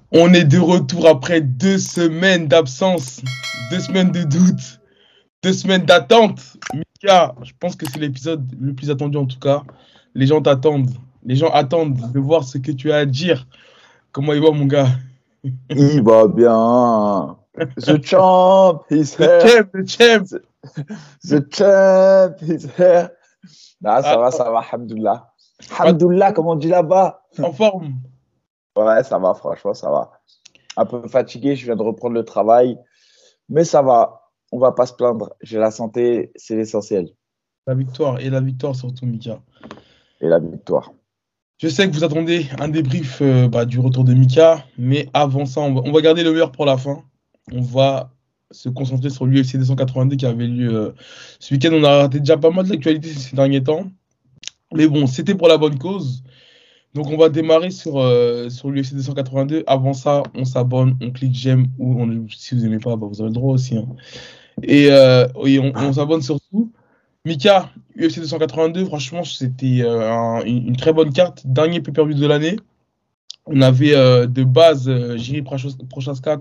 On est de retour après 2 semaines d'absence, 2 semaines de doute, 2 semaines d'attente. Mika, je pense que c'est l'épisode le plus attendu en tout cas. Les gens t'attendent. Les gens attendent de voir ce que tu as à dire. Comment il va, mon gars? Il va bien. The champ is Le here. champ, le champ. The champ is here. Ah, Ah, ça va, alhamdoulilah. pas Alhamdoulilah, comme on dit là-bas. en forme. Ouais, ça va, franchement, ça va. Un peu fatigué, je viens de reprendre le travail. Mais ça va, on va pas se plaindre. J'ai la santé, c'est l'essentiel. La victoire et la victoire surtout, Mika. Et la victoire. Je sais que vous attendez un débrief du retour de Mika, mais avant ça, on va garder le meilleur pour la fin. On va se concentrer sur l'UFC 282 qui avait lieu ce week-end. On a raté déjà pas mal de l'actualité ces derniers temps. Mais bon, c'était pour la bonne cause. Donc on va démarrer sur l'UFC 282. Avant ça, on s'abonne, on clique j'aime ou si vous n'aimez pas, vous avez le droit aussi, hein. Et on s'abonne surtout. Mika, UFC 282, franchement, c'était une très bonne carte. Dernier pay-per-view de l'année. On avait de base Jiri Prochazka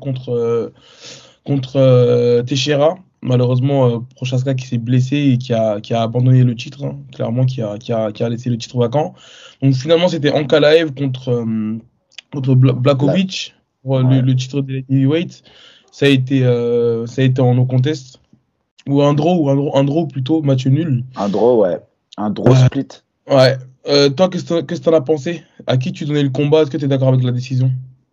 contre Teixeira. Malheureusement, Prochazka qui s'est blessé et qui a abandonné le titre, hein, clairement, qui a laissé le titre vacant. Donc finalement, c'était Ankalaev contre Blachowicz pour Ouais. le titre de heavyweight. Ça a été en no contest. Ou un draw plutôt, match nul. Un draw, ouais. Un draw Ouais. split. Ouais. Toi, qu'est-ce que t'en as pensé? À qui tu donnais le combat? Est-ce que tu es d'accord avec la décision?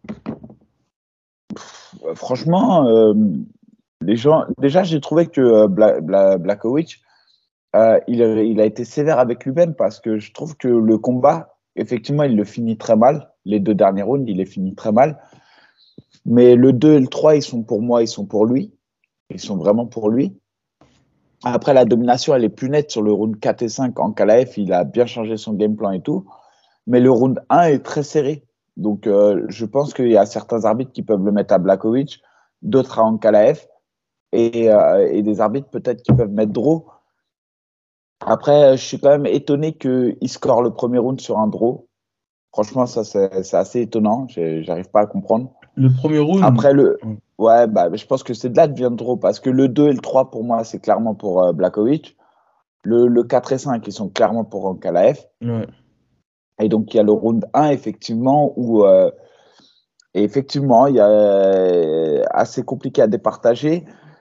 Franchement, les gens. Déjà, j'ai trouvé que Blachowicz, il a été sévère avec lui-même parce que je trouve que le combat, effectivement, il le finit très mal. Les deux derniers rounds, il les finit très mal. Mais le 2 et le 3, ils sont pour moi, ils sont pour lui. Ils sont vraiment pour lui. Après, la domination, elle est plus nette sur le round 4 et 5. En Kalaev, il a bien changé son game plan et tout. Mais le round 1 est très serré. Donc, je pense qu'il y a certains arbitres qui peuvent le mettre à Blachowicz, d'autres à Ankalaev, et des arbitres peut-être qui peuvent mettre draw. Après, je suis quand même étonné qu'il score le premier round sur un draw. Franchement, ça, c'est assez étonnant. J'arrive pas à comprendre. Le premier round. Après, ouais, je pense que c'est de là que vient le draw, parce que le 2 et le 3, pour moi, c'est clairement pour Blachowicz. Le 4 et 5, ils sont clairement pour Ankalaev. Ouais. Et donc, il y a le round 1, effectivement, où effectivement, il y a assez compliqué à départager.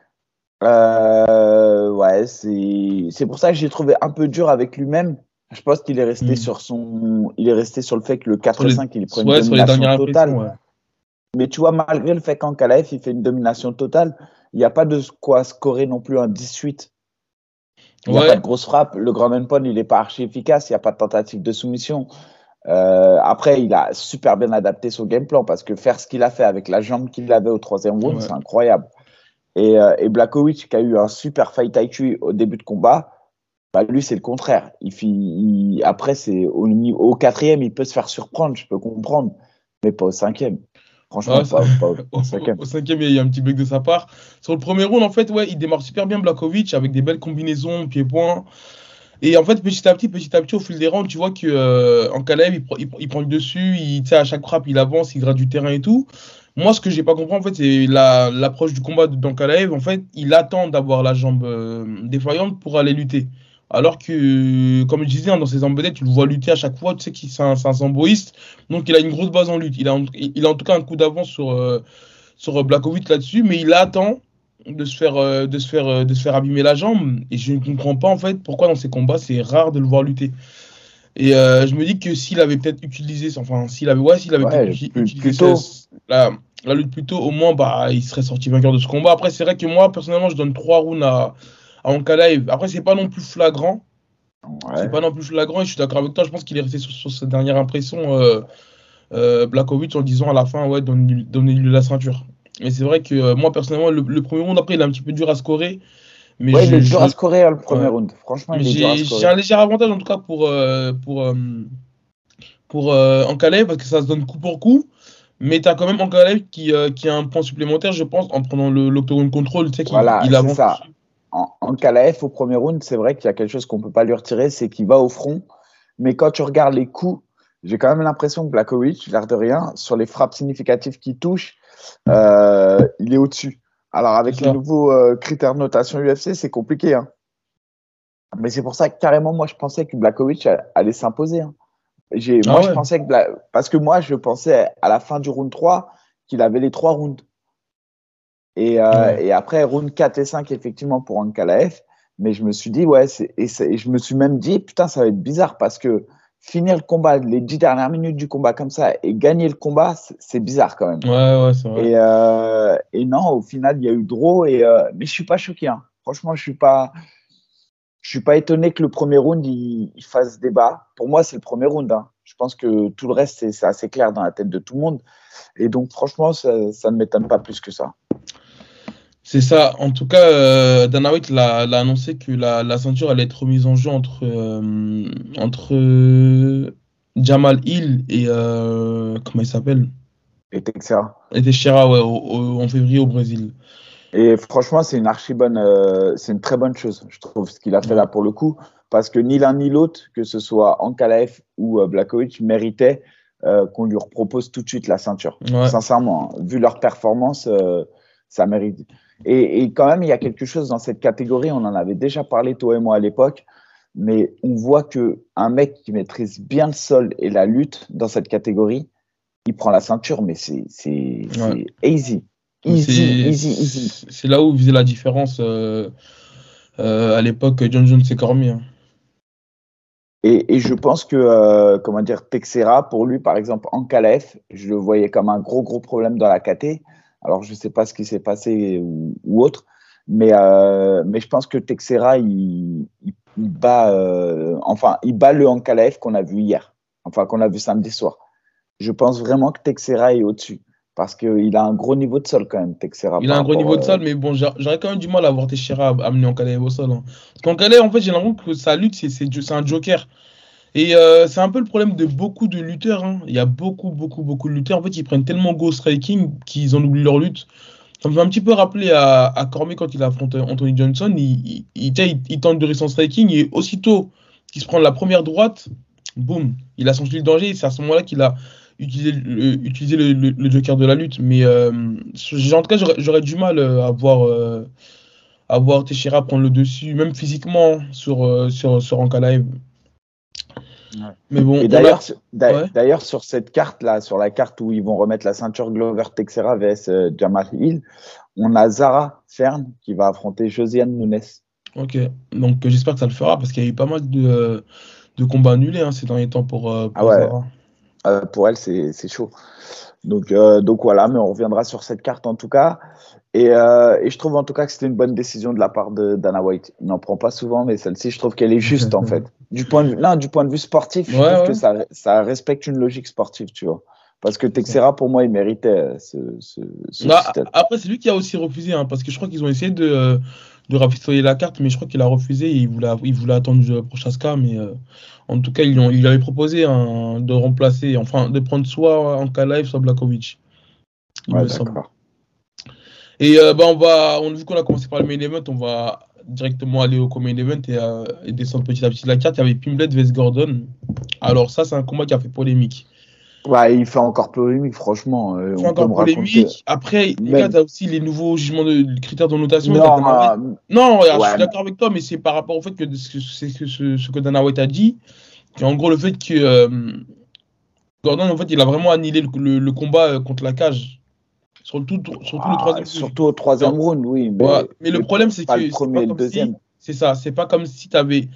Ouais, c'est pour ça que j'ai trouvé un peu dur avec lui-même. Je pense qu'il est resté il est resté sur le fait que le 4 et 5, il prend une Sur les domination dernières impressions, totale. ouais. Mais tu vois, malgré le fait qu'Ankalaev, il fait une domination totale, il n'y a pas de quoi scorer non plus un 18. Il n'y a pas Ouais. de grosse frappe. Le grand endpoint, il n'est pas archi efficace. Il n'y a pas de tentative de soumission. Après, il a super bien adapté son game plan parce que faire ce qu'il a fait avec la jambe qu'il avait au troisième round, Ouais. c'est incroyable. Et Blachowicz, qui a eu un super fight IQ au début de combat, lui, c'est le contraire. Après, c'est au quatrième, il peut se faire surprendre, je peux comprendre, mais pas au cinquième. Franchement, Ouais, pas au, au cinquième. au cinquième, il y a un petit bug de sa part. Sur le premier round, en fait, ouais, il démarre super bien Blachowicz avec des belles combinaisons, pieds-points. Et en fait, petit à petit, au fil des rounds, tu vois que Ankalaev, il prend le dessus, tu sais, à chaque frappe, il avance, il gratte du terrain et tout. Moi, ce que j'ai pas compris, en fait, c'est l'approche du combat d'Ankalaev. En fait, il attend d'avoir la jambe défaillante pour aller lutter. Alors que, comme je disais, hein, dans ses embêtes, tu le vois lutter à chaque fois. Tu sais qu'il c'est un samboïste. Donc, il a une grosse base en lutte. Il a en tout cas un coup d'avance sur Blachowicz là-dessus. Mais il attend de se faire abîmer la jambe. Et je ne comprends pas, en fait, pourquoi dans ces combats, c'est rare de le voir lutter. Et je me dis que s'il avait peut-être utilisé, enfin, s'il avait peut-être Ouais, utilisé plutôt. la lutte plus tôt, au moins, il serait sorti vainqueur de ce combat. Après, c'est vrai que moi, personnellement, je donne 3 rounds à Ankalaev. Après, c'est pas non plus flagrant. C'est Ouais. pas non plus flagrant. Et je suis d'accord avec toi. Je pense qu'il est resté sur sa dernière impression, Blachowicz, en disant à la fin, ouais, donnez-lui la ceinture. Mais c'est vrai que moi, personnellement, le premier round, après, il est un petit peu dur à scorer. Mais Ouais, il est dur à scorer, hein, le premier ouais. round. Franchement, Mais il est dur à j'ai scorer. un léger avantage en tout cas pour Ankalaev parce que ça se donne coup pour coup. Mais tu as quand même Ankalaev qui a un point supplémentaire, je pense, en prenant l'octogone contrôle. Tu sais qu'il Voilà, il c'est avance ça. dessus. En Kalaev, au premier round, c'est vrai qu'il y a quelque chose qu'on ne peut pas lui retirer, c'est qu'il va au front. Mais quand tu regardes les coups, j'ai quand même l'impression que Blachowicz, l'air de rien, sur les frappes significatives qu'il touche, il est au-dessus. Alors, avec les nouveaux critères de notation UFC, c'est compliqué. Hein. Mais c'est pour ça que carrément, moi, je pensais que Blachowicz allait s'imposer. Hein. Je pensais parce que moi, je pensais à la fin du round 3 qu'il avait les 3 rounds. Et après, round 4 et 5, effectivement, pour Ankalaev. Mais je me suis dit, et je me suis même dit, putain, ça va être bizarre parce que finir le combat, les 10 dernières minutes du combat comme ça et gagner le combat, c'est bizarre quand même. Ouais, c'est vrai. Et non, au final, il y a eu draw. Mais je suis pas choqué. Hein. Franchement, je suis pas étonné que le premier round, il fasse débat. Pour moi, c'est le premier round. Hein. Je pense que tout le reste, c'est assez clair dans la tête de tout le monde. Et donc, franchement, ça ne m'étonne pas plus que ça. C'est ça. En tout cas, Dana White l'a annoncé que la ceinture allait être remise en jeu entre Jamal Hill et comment il s'appelle? Et Teixeira. Et Teixeira, ouais, en février au Brésil. Et franchement, c'est une très bonne chose, je trouve, ce qu'il a fait là pour le coup, parce que ni l'un ni l'autre, que ce soit Ankalaev ou Blachowicz, méritait qu'on lui propose tout de suite la ceinture. Ouais. Sincèrement, hein, vu leur performance, ça mérite. Et quand même, il y a quelque chose dans cette catégorie, on en avait déjà parlé, toi et moi, à l'époque, mais on voit qu'un mec qui maîtrise bien le sol et la lutte dans cette catégorie, il prend la ceinture, mais c'est easy. Easy. C'est là où faisait la différence à l'époque, John Jones et Cormier. Hein. Et je pense que, Teixeira, pour lui, par exemple, Ankalaev, je le voyais comme un gros problème dans la KT. Alors, je ne sais pas ce qui s'est passé ou autre, mais je pense que Teixeira, il bat le Ankalaev qu'on a vu hier, qu'on a vu samedi soir. Je pense vraiment que Teixeira est au-dessus, parce qu'il a un gros niveau de sol quand même, Teixeira. Il a un gros niveau de sol, mais bon, j'aurais quand même du mal à voir Teixeira amener Ankalaev au sol. Hein. Parce qu'Ankalaev, en fait, j'ai l'impression que sa lutte, c'est un joker. Et c'est un peu le problème de beaucoup de lutteurs. Hein. Il y a beaucoup de lutteurs. En fait, ils prennent tellement go striking qu'ils en oublient leur lutte. Ça me fait un petit peu rappeler à Cormier quand il affronte Anthony Johnson. Il tente de rester en striking et aussitôt qu'il se prend la première droite, boum, il a senti le danger. Et c'est à ce moment-là qu'il a utilisé le joker de la lutte. Mais en tout cas, j'aurais du mal à voir Teixeira prendre le dessus, même physiquement, sur Ankalaev. Ouais. Mais bon, et d'ailleurs, sur cette carte-là, sur la carte où ils vont remettre la ceinture Glover Teixeira vs Jamal Hill, on a Zara Fern qui va affronter Josiane Nunes. Ok, donc j'espère que ça le fera parce qu'il y a eu pas mal de combats annulés ces derniers temps pour Zara. Pour elle, c'est chaud. Donc voilà, mais on reviendra sur cette carte en tout cas. Et je trouve en tout cas que c'était une bonne décision de la part de Dana White. Il n'en prend pas souvent, mais celle-ci, je trouve qu'elle est juste en fait. Du point de vue sportif, je trouve que ça respecte une logique sportive, tu vois. Parce que Teixeira, pour moi, il méritait ce système. Après, c'est lui qui a aussi refusé, parce que je crois qu'ils ont essayé de rafistoler la carte, mais je crois qu'il a refusé et il voulait attendre pour Chaska. Mais en tout cas, il lui avait proposé de remplacer, de prendre soit Ankalaev, soit Blachowicz. Ouais, d'accord. Et vu qu'on a commencé par le main event, on va directement aller au main event et descendre petit à petit la carte. Il y avait Pimblet vs Gordon. Alors ça, c'est un combat qui a fait polémique. Ouais, il fait encore polémique, franchement. Il fait encore polémique. Après, les gars, tu as aussi les nouveaux jugements de critères de notation. Non, je suis d'accord avec toi, mais c'est par rapport au fait que ce que Dana White a dit. En gros, le fait que Gordon, en fait, il a vraiment annihilé le combat contre la cage. Surtout au troisième round, oui. Mais le problème, c'est que le premier et le deuxième. C'est ça, c'est pas comme si tu avais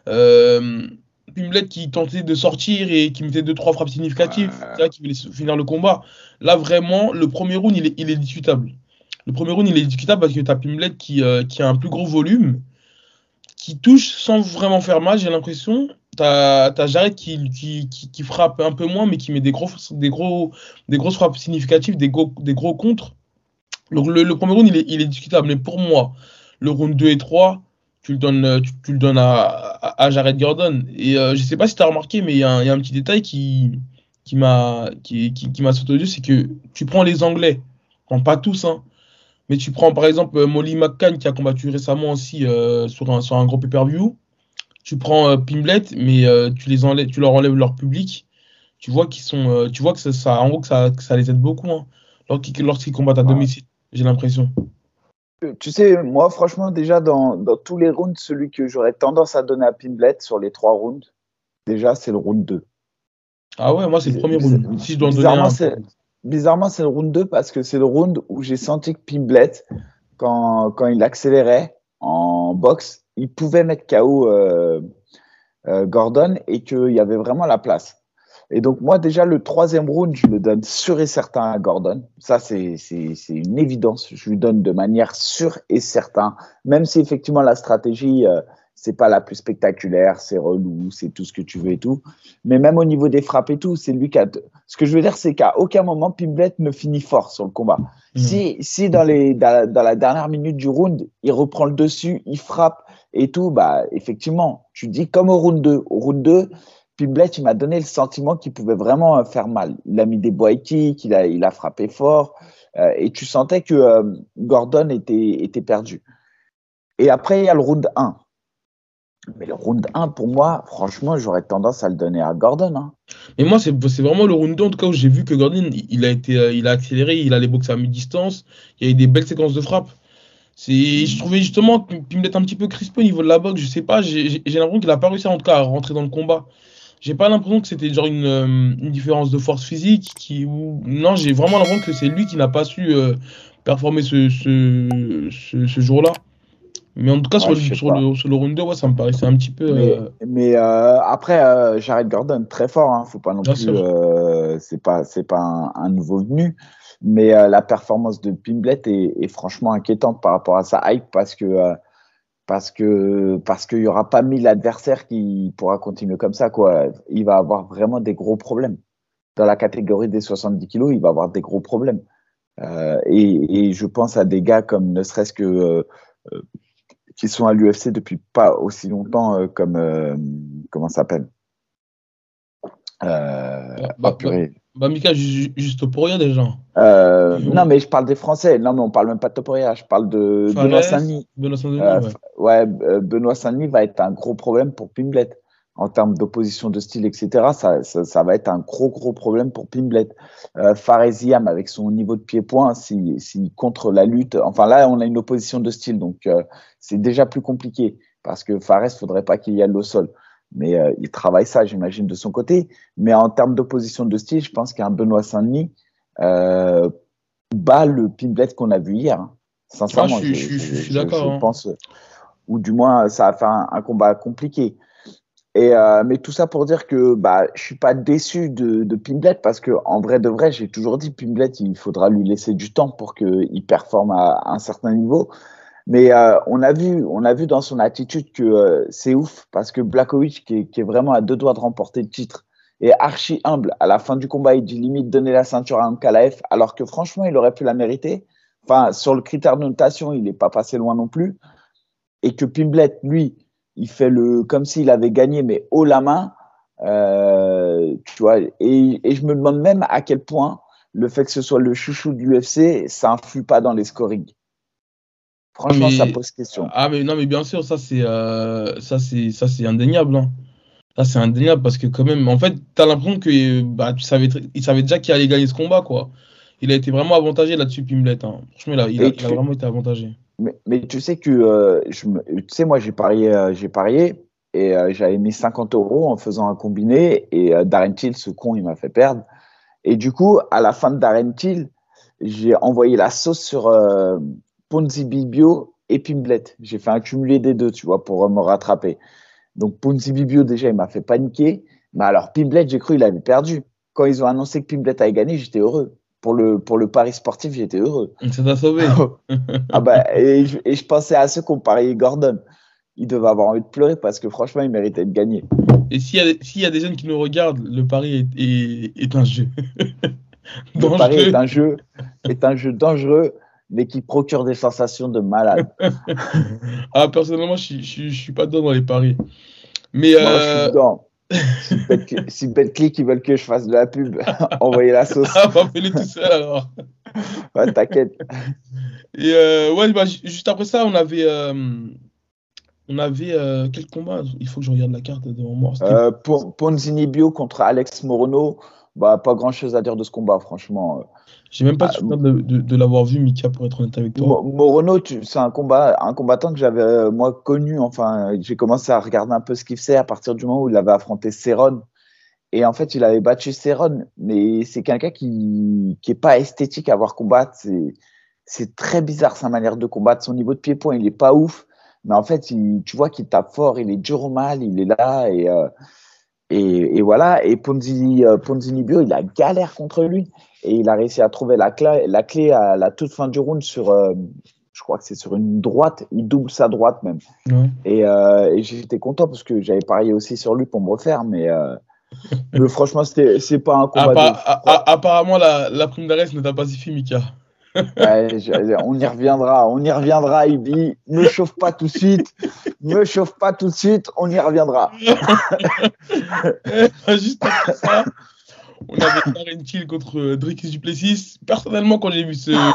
Pimblet qui tentait de sortir et qui mettait 2-3 frappes significatives, qui voulait finir le combat. Là, vraiment, le premier round, il est discutable. Le premier round, il est discutable parce que tu as Pimblet qui a un plus gros volume, qui touche sans vraiment faire mal, j'ai l'impression. T'as Jarrett qui frappe un peu moins, mais qui met des grosses frappes significatives, des gros contres. Donc le premier round, il est discutable. Mais pour moi, le round 2 et 3, tu le donnes à Jarrett Gordon. Et je sais pas si tu as remarqué, mais il y a un petit détail qui m'a sauté aux yeux, c'est que tu prends les Anglais, pas tous, mais tu prends par exemple Molly McCann qui a combattu récemment aussi sur un gros pay-per-view. Tu prends Pimblet, mais tu leur enlèves leur public. tu vois que en gros, que ça les aide beaucoup, hein, lorsqu'ils combattent à domicile, j'ai l'impression. Tu sais, moi, franchement, déjà, dans tous les rounds, celui que j'aurais tendance à donner à Pimblet sur les 3 rounds, déjà, c'est le round 2. Ah ouais, moi, c'est le premier Biz- round. Si je dois en donner Bizarrement, un. c'est le round 2 parce que c'est le round où j'ai senti que Pimblet, quand il accélérait en boxe, il pouvait mettre KO Gordon et qu'il y avait vraiment la place. Et donc, moi, déjà, le 3e round, je le donne sûr et certain à Gordon. Ça, c'est une évidence. Je lui donne de manière sûre et certaine, même si effectivement la stratégie, c'est pas la plus spectaculaire, c'est relou, c'est tout ce que tu veux et tout. Mais même au niveau des frappes et tout, c'est lui qui a. Ce que je veux dire, c'est qu'à aucun moment, Pimblet ne finit fort sur le combat. Si dans la dernière minute du round, il reprend le dessus, il frappe et tout, bah, effectivement, tu dis comme au round 2. Au round 2, Pimblet, il m'a donné le sentiment qu'il pouvait vraiment faire mal. Il a mis des body kicks, il a frappé fort, et tu sentais que Gordon était perdu. Et après, il y a le round 1. Mais le round 1, pour moi, franchement, j'aurais tendance à le donner à Gordon, hein. Mais moi, c'est vraiment le round 2, en tout cas, où j'ai vu que Gordon, il a accéléré, il allait boxer à mi-distance, il y a eu des belles séquences de frappe. Je trouvais justement qu'il me était un petit peu crispé au niveau de la boxe, je sais pas, j'ai l'impression qu'il a pas réussi en tout cas à rentrer dans le combat. J'ai pas l'impression que c'était genre une différence de force physique non, j'ai vraiment l'impression que c'est lui qui n'a pas su performer ce jour-là. Mais en tout cas, Ouais, je sais pas. sur le round 2, ouais, ça me paraissait un petit peu. Mais après, Jared Gordon, très fort, hein, faut pas non Bien plus. sûr. C'est pas un nouveau venu. Mais la performance de Pimblet est franchement inquiétante par rapport à sa hype parce qu'il y aura pas 1000 adversaires qui pourra continuer comme ça, quoi. Il va avoir vraiment des gros problèmes. Dans la catégorie des 70 kilos, il va avoir des gros problèmes. Et je pense à des gars comme ne serait-ce que euh, qui sont à l'UFC depuis pas aussi longtemps, comme comment ça s'appelle Bah, oh bah, bah, purée. Mika, juste pour rien déjà. Non, mais je parle des Français. Non, mais on parle même pas de Topuria. Je parle de Benoît Fares, Saint-Denis. Benoît Saint-Denis, ouais. Ouais, Benoît Saint-Denis va être un gros problème pour Pimblet. En termes d'opposition de style, etc., ça va être un gros problème pour Pimblet. Faresiam, avec son niveau de pied-point, si contre la lutte. Enfin, là, on a une opposition de style, donc c'est déjà plus compliqué parce que Fares, faudrait pas qu'il y aille au sol. Mais il travaille ça, j'imagine, de son côté. Mais en termes d'opposition de style, je pense qu'un Benoît Saint-Denis euh, bat le Pimblet qu'on a vu hier, hein. Ah, Sincèrement, je suis d'accord, je hein. pense, ou du moins, ça va faire un combat compliqué. Mais tout ça pour dire que bah, je suis pas déçu de Pimblet parce que en vrai de vrai, j'ai toujours dit Pimblet, il faudra lui laisser du temps pour qu'il performe à un certain niveau. Mais on a vu dans son attitude que c'est ouf parce que Blachowicz, qui est vraiment à 2 doigts de remporter le titre, est archi humble. À la fin du combat, il dit limite donner la ceinture à Ankalaev, alors que franchement, il aurait pu la mériter. Enfin, sur le critère de notation, il n'est pas passé loin non plus. Et que Pimblet, lui, il fait comme s'il avait gagné, mais haut la main. Tu vois, et je me demande même à quel point le fait que ce soit le chouchou de l'UFC, ça influe pas dans les scorings. Franchement, ça Mais, pose question. mais non, mais bien sûr, ça, c'est indéniable, hein. Ça, c'est indéniable parce que, quand même, en fait, t'as l'impression que bah, il savait déjà qu'il allait gagner ce combat, quoi. Il a été vraiment avantagé là-dessus, Pimblet, hein. Franchement, Et il a vraiment été avantagé. mais tu sais que tu sais, moi, j'ai parié et j'avais mis 50 euros en faisant un combiné et Darren Till, ce con, il m'a fait perdre. Et du coup, à la fin de Darren Till, j'ai envoyé la sauce sur Ponzi Bibio et Pimblet. J'ai fait un cumulé des deux, tu vois, pour me rattraper. Donc Ponzi Bibio, déjà, il m'a fait paniquer. Mais alors, Pimblet, j'ai cru qu'il avait perdu. Quand ils ont annoncé que Pimblet avait gagné, j'étais heureux. Pour le pari sportif, j'étais heureux. Ça t'a sauvé. Ah bah, et je pensais à ceux qui ont parié Gordon. Ils devaient avoir envie de pleurer parce que franchement, ils méritaient de gagner. Et s'il y a des jeunes qui nous regardent, le pari est un jeu Le pari dangereux. est un jeu dangereux, mais qui procure des sensations de malade. Ah, personnellement, je suis pas dedans dans les paris. Mais Moi, je suis dedans. Si Betclic, ils veulent que je fasse de la pub, envoyez la sauce. ah, bah, fais-le tout seul alors. Ouais, t'inquiète. Et ouais, bah, juste après ça, on avait on avait quel combat? Il faut que je regarde la carte devant moi. Ponzini Bio contre Alex Morono, bah, pas grand-chose à dire de ce combat, franchement. J'ai même pas le souvenir de l'avoir vu, Mika, pour être honnête avec toi. Morono, c'est un combattant que j'avais moi connu. Enfin, j'ai commencé à regarder un peu ce qu'il faisait à partir du moment où il avait affronté Cerrone. Et en fait, il avait battu Cerrone, mais c'est quelqu'un qui est pas esthétique à voir combattre. C'est très bizarre sa manière de combattre. Son niveau de pied-point, il est pas ouf. Mais en fait, tu vois qu'il tape fort, il est dur au mal, il est là et voilà. Et Ponzini Bio, il a galère contre lui et il a réussi à trouver la clé à la toute fin du round je crois que c'est sur une droite. Il double sa droite même. Ouais. Et j'étais content parce que j'avais parié aussi sur lui pour me refaire, mais franchement, c'est pas un combat Apparemment, la prime d'Arès ne t'a pas suffi, Mika. Ouais, on y reviendra, Ibi. Ne chauffe pas tout de suite, on y reviendra. Juste après ça, on avait Darren Till contre Dricus du Plessis. Personnellement, quand j'ai vu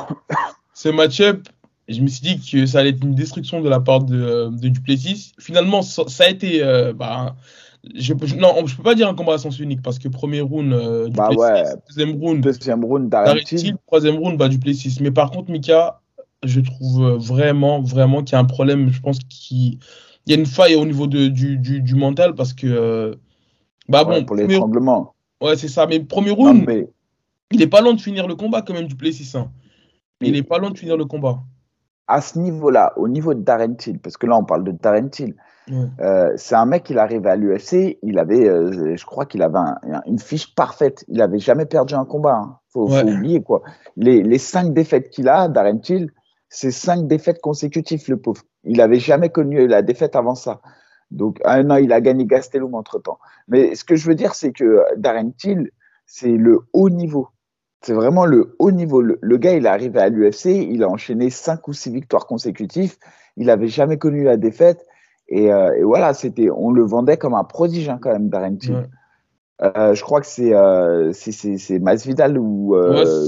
ce match-up, je me suis dit que ça allait être une destruction de la part de Duplessis. Finalement, ça a été. Non, je peux pas dire un combat à sens unique parce que premier round, Duplessis, ouais. Deuxième round, Darren Till, troisième round, Duplessis. Mais par contre, Mika, je trouve vraiment, vraiment qu'il y a un problème. Je pense qu'il y a une faille au niveau du mental parce que. Pour l'étranglement. Ouais, c'est ça. Mais premier round, non, mais... il est pas loin de finir le combat quand même, Duplessis. Hein. Il est pas loin de finir le combat. À ce niveau-là, au niveau de Darren Till, parce que là, on parle de Darren Till, c'est un mec, il arrive à l'UFC, il avait, je crois qu'il avait une fiche parfaite. Il n'avait jamais perdu un combat. Hein. Faut oublier, quoi. Les 5 défaites qu'il a, Darren Till, c'est 5 défaites consécutives, le pauvre. Il n'avait jamais connu la défaite avant ça. Donc, non, il a gagné Gastelum entre-temps. Mais ce que je veux dire, c'est que Darren Till, c'est le haut niveau. C'est vraiment le haut niveau. Le gars, il est arrivé à l'UFC, il a enchaîné 5 ou 6 victoires consécutives. Il n'avait jamais connu la défaite. Et voilà, on le vendait comme un prodige, hein, quand même, Darren Till. Je crois que c'est Masvidal ou.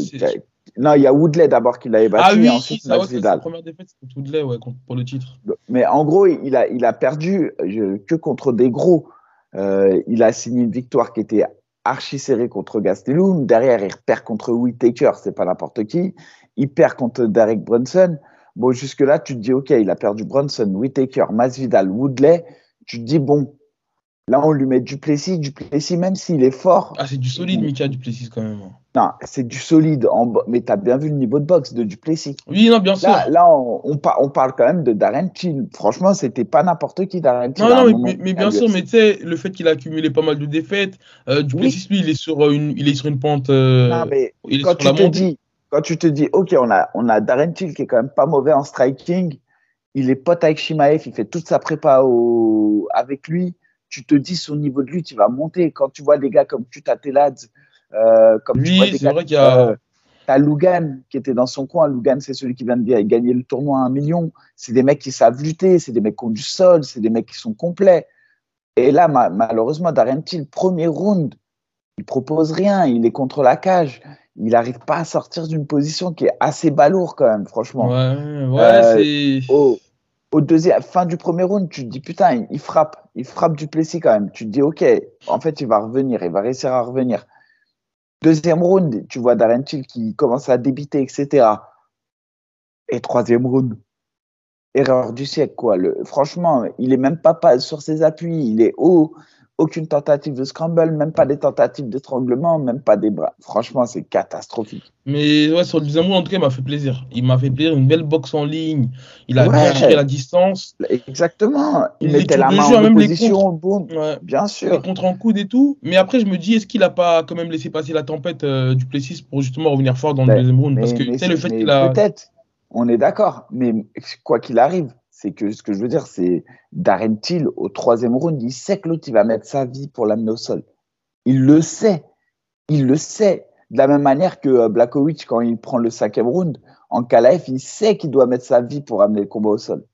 Non, il y a Woodley d'abord qui l'avait battu. Ah oui, et ensuite Masvidal. Sa première défaite, c'était Woodley pour le titre. Mais en gros, il a perdu que contre des gros. Il a signé une victoire qui était archi serré contre Gastelum. Derrière, il perd contre Whittaker, c'est pas n'importe qui. Il perd contre Derek Brunson. Bon, jusque-là, tu te dis, OK, il a perdu Brunson, Whittaker, Masvidal, Woodley. Tu te dis, bon, là, on lui met Duplessis. Duplessis, même s'il est fort. Ah, c'est du solide, Mika, Duplessis, quand même. Non, c'est du solide. Mais tu as bien vu le niveau de boxe de Duplessis. Oui, non, bien sûr. Là on parle quand même de Darren Till. Franchement, c'était pas n'importe qui, Darren Till. Non, mais bien sûr, mais tu sais, le fait qu'il a accumulé pas mal de défaites, Duplessis, lui, il est sur une pente. Non, mais quand tu te dis, OK, on a Darren Till qui est quand même pas mauvais en striking. Il est pote avec Chimaev, il fait toute sa prépa avec lui. Tu te dis, son niveau de lutte, il va monter. Quand tu vois des gars comme Kutateladze, comme tu vois des c'est vrai qu'il y a. T'as Lougan qui était dans son coin. Lougan, c'est celui qui vient de gagner le tournoi à 1 million. C'est des mecs qui savent lutter, c'est des mecs qui ont du sol, c'est des mecs qui sont complets. Et là, malheureusement, Darren Till, premier round, il propose rien, il est contre la cage. Il n'arrive pas à sortir d'une position qui est assez balourd quand même, franchement. Ouais, c'est. Au deuxième, fin du premier round, tu te dis putain, il frappe Duplessis quand même. Tu te dis ok, en fait, il va réussir à revenir. Deuxième round, tu vois Darren Till qui commence à débiter, etc. Et troisième round, erreur du siècle, quoi. Franchement, il est même pas sur ses appuis, il est haut. Aucune tentative de scramble, même pas des tentatives d'étranglement, même pas des bras. Franchement, c'est catastrophique. Mais ouais, sur le deuxième round, en tout cas, il m'a fait plaisir. Il m'a fait plaisir, une belle boxe en ligne. Il a bien géré la distance. Exactement. Il mettait la main en position, boum. Ouais. Bien sûr. Les contre en coude et tout. Mais après, je me dis, est-ce qu'il a pas quand même laissé passer la tempête du Plessis pour justement revenir fort dans le deuxième round? Parce que c'est le fait qu'il a. Peut-être, on est d'accord. Mais quoi qu'il arrive, c'est que ce que je veux dire, c'est Darren Till, au troisième round, il sait que l'autre, il va mettre sa vie pour l'amener au sol. Il le sait. De la même manière que Blachowicz, quand il prend le 5e round, en KLF, il sait qu'il doit mettre sa vie pour amener le combat au sol.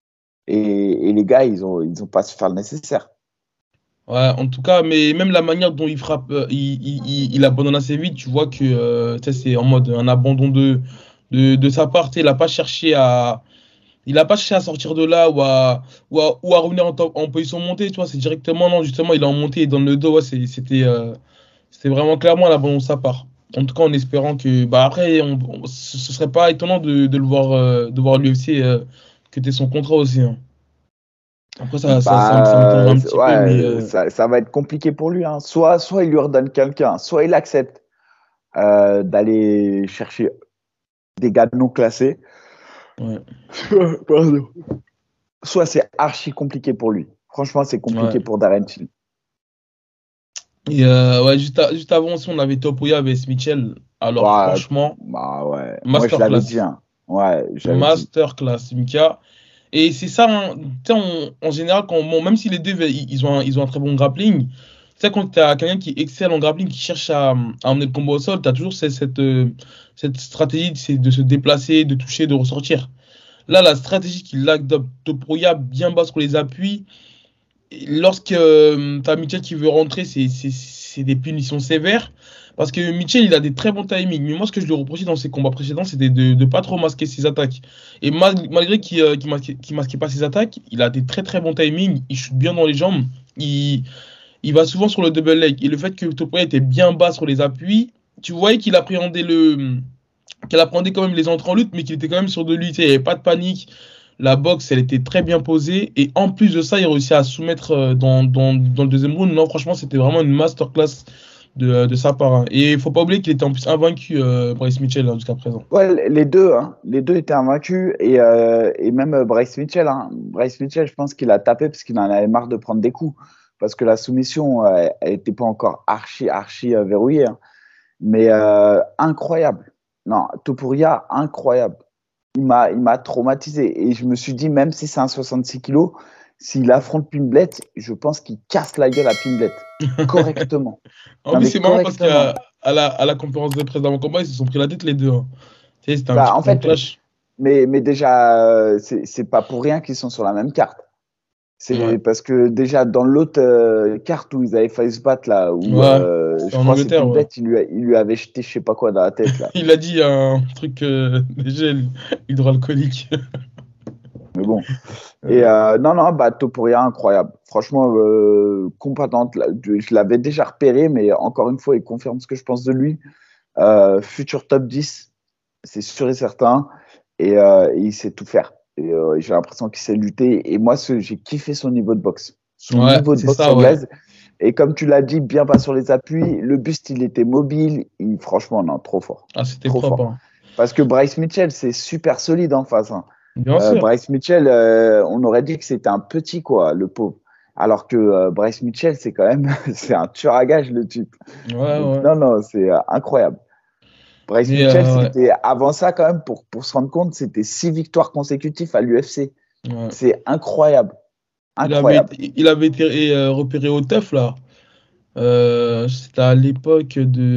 Et les gars, ils ont pas su faire le nécessaire. Ouais, en tout cas, mais même la manière dont il frappe, il abandonne assez vite, tu vois que c'est en mode un abandon de sa part. Il n'a pas cherché à il a pas cherché à sortir de là ou à revenir en position montée, tu vois. C'est directement, non, justement, il est en montée et dans le dos, ouais, c'était vraiment clairement la bonne de sa part. En tout cas, en espérant que. Bah après, ce serait pas étonnant de le voir, de voir l'UFC que t'aies son contrat aussi, hein. Après, ça m'étonnerait un petit peu, mais. Ouais, ça va être compliqué pour lui, hein. Soit il lui redonne quelqu'un, soit il accepte d'aller chercher des gars non classés. Ouais. Pardon. Soit c'est archi compliqué pour lui. Franchement, c'est compliqué Ouais. pour Darren Till. Et ouais, juste avant aussi, on avait Topuria avec Mitchell. Alors, Ouais, franchement, bah ouais. Moi, je l'avais dit, masterclass. hein. Ouais, j'avais dit. Masterclass, Mika. Et c'est ça, hein, tu sais, en général, bon, même si les deux, ils ont un très bon grappling, tu sais, quand tu as quelqu'un qui excelle en grappling, qui cherche à emmener le combat au sol, tu as toujours cette stratégie de se déplacer, de toucher, de ressortir. Là, la stratégie qu'il a de Topuria bien bas sur les appuis, et lorsque tu as Mitchell qui veut rentrer, c'est des punitions sévères. Parce que Mitchell, il a des très bons timings. Mais moi, ce que je lui reprochais dans ses combats précédents, c'était de ne pas trop masquer ses attaques. Et malgré qu'il masquait pas ses attaques, il a des très très bons timings. Il shoot bien dans les jambes. Il va souvent sur le double leg. Et le fait que Topuria était bien bas sur les appuis, tu voyais qu'il appréhendait quand même les entrées en lutte, mais qu'il était quand même sûr de lui. Tu sais, il n'y avait pas de panique. La boxe, elle était très bien posée. Et en plus de ça, il réussit à soumettre dans le deuxième round. Non, franchement, c'était vraiment une masterclass de sa part, hein. Et il faut pas oublier qu'il était en plus invaincu, Bryce Mitchell, hein, jusqu'à présent. Ouais, les deux, hein. Les deux étaient invaincus. Et même Bryce Mitchell, hein. Bryce Mitchell, je pense qu'il a tapé parce qu'il en avait marre de prendre des coups. Parce que la soumission, elle n'était pas encore archi verrouillée, hein. Mais incroyable. Non, Topuria, incroyable. Il m'a traumatisé. Et je me suis dit, même si c'est un 66 kilos, s'il affronte Pimblet, je pense qu'il casse la gueule à Pimblet. Correctement. En Non, plus, mais c'est marrant parce correctement. qu'à la conférence de presse d'avant combat, ils se sont pris la tête les deux, hein. Tu sais, c'était un petit En peu un fait, clash. mais déjà, c'est pas pour rien qu'ils sont sur la même carte. Ouais, C'est parce que déjà, dans l'autre carte où ils avaient failli se battre, là, où ouais. C'était je en crois que c'est Angleterre, ouais. Pimblet, il lui avait jeté je sais pas quoi dans la tête, là. Il a dit un truc déjà hydroalcoolique. Mais bon. Et Ouais. non, bah, Topuria, incroyable. Franchement, compatante. Je l'avais déjà repéré, mais encore une fois, il confirme ce que je pense de lui. Futur top 10, c'est sûr et certain. Et il sait tout faire. Et j'ai l'impression qu'il sait lutter. Et moi, j'ai kiffé son niveau de boxe. Son Ouais, niveau de c'est boxe ça, ouais. anglaise. Et comme tu l'as dit, bien pas sur les appuis. Le buste, il était mobile. Franchement, non, trop fort. Ah, c'était Trop propre, fort. hein. Parce que Bryce Mitchell, c'est super solide en face, hein. Bien sûr. Bryce Mitchell, on aurait dit que c'était un petit, quoi, le pauvre. Alors que Bryce Mitchell, c'est quand même, c'est un tueur à gages, le type. Ouais, Donc, ouais. non, non, c'est incroyable. Bryce Mais Mitchell, ouais, c'était, avant ça, quand même, pour se rendre compte, c'était 6 victoires consécutives à l'UFC. ouais. C'est incroyable. Il avait Incroyable. été, il avait été repéré au teuf, là. C'était à l'époque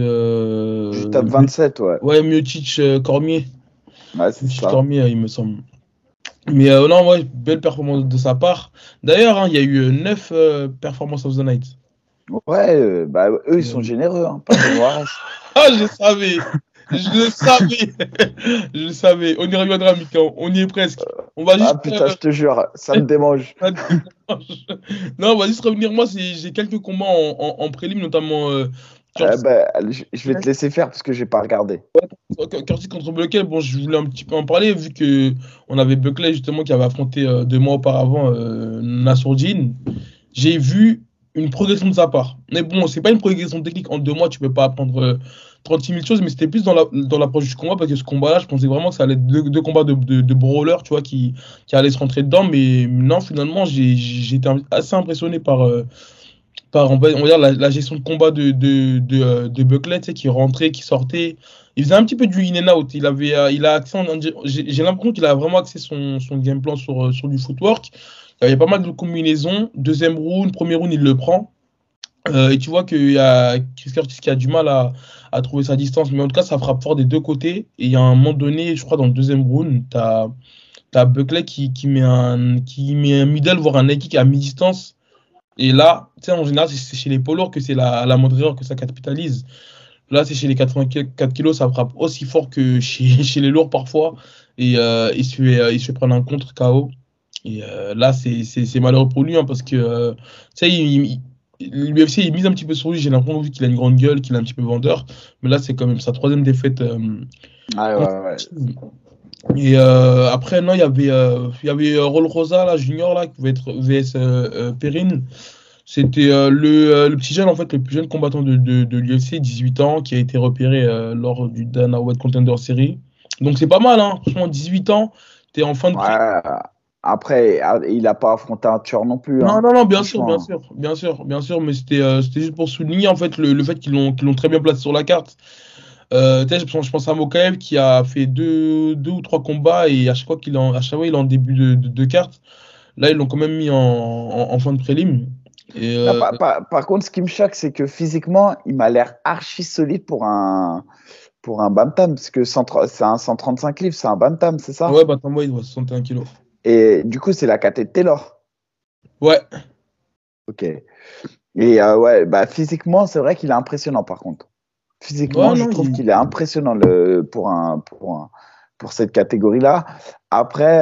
Du top 27, ouais. ouais, Miocic Cormier. Ouais, c'est Miocic ça. Cormier, il me semble. Mais non, ouais, belle performance de sa part. D'ailleurs, hein, il y a eu 9 performances of the night. Ouais, bah, eux, ils sont Euh, généreux, hein, pas comme ORS. Ah, je le savais! Je le savais! Je le savais. On y reviendra, Mika. On y est presque. On va Ah juste. putain, je te jure, ça me démange. Non, on va juste revenir. Moi, j'ai quelques combats en prélim, notamment Curtis, Bah, je vais te laisser faire parce que j'ai pas regardé. Curtis contre Buckley. Bon, je voulais un petit peu en parler, vu que on avait Buckley, justement, qui avait affronté 2 mois auparavant Nassourdine. J'ai vu une progression de sa part. Mais bon, c'est pas une progression technique. En 2 mois, tu peux pas apprendre 36 000 choses, mais c'était plus dans l'approche du combat, parce que ce combat-là, je pensais vraiment que ça allait être deux combats de brawlers, tu vois, qui allaient se rentrer dedans. Mais non, finalement, j'ai été assez impressionné on va dire, la gestion de combat de Buckley, tu sais, qui rentrait, qui sortait. Il faisait un petit peu du in and out. Il a axé j'ai l'impression qu'il a vraiment axé son game plan sur du footwork. Il y avait pas mal de combinaisons. Deuxième round, premier round, il le prend. Et tu vois qu'il y a Chris Curtis qui a du mal à trouver sa distance. Mais en tout cas, ça frappe fort des deux côtés. Et il y a un moment donné, je crois, dans le deuxième round, t'as Buckley qui met un middle, voire un leg kick à mi-distance. Et là, tu sais, en général, c'est chez les poids lourds que c'est la moindre erreur que ça capitalise. Là, c'est chez les 84 kilos, ça frappe aussi fort que chez les lourds parfois. Et il se fait prendre un contre KO. Et là, c'est malheureux pour lui, hein, parce que tu sais, l'UFC, il mise un petit peu sur lui. J'ai l'impression, vu qu'il a une grande gueule, qu'il est un petit peu vendeur. Mais là, c'est quand même sa troisième défaite Ouais, ouais, ouais. consécutive. Et après, non, il y avait Rol Rosa, là, junior, là, qui pouvait être VS Perrine. C'était le petit jeune, en fait, le plus jeune combattant de l'UFC, 18 ans, qui a été repéré lors du Dana White Contender Series. Donc c'est pas mal, hein. Franchement, 18 ans, t'es en fin de prix. Ouais. Après, il n'a pas affronté un tueur non plus, Non, hein. non, non, bien sûr, bien Franchement. sûr, bien sûr, bien sûr, mais c'était juste pour souligner, en fait, le fait qu'ils l'ont très bien placé sur la carte. Tu sais, je pense à Mokaev qui a fait deux ou trois combats et à chaque fois, il est en début de carte. Là, ils l'ont quand même mis en fin de prélim. Et Non, par contre, ce qui me choque, c'est que physiquement, il m'a l'air archi solide pour un bantam, parce que c'est un 135 livres, c'est un bantam, c'est ça? ouais, bah, moi, il doit 61 kilos. Et du coup, c'est la KT de Taylor. Ouais. Ok. Et ouais, bah, physiquement, c'est vrai qu'il est impressionnant, par contre. Ouais, Physiquement, je non, trouve qu'il est impressionnant pour cette catégorie-là. Après,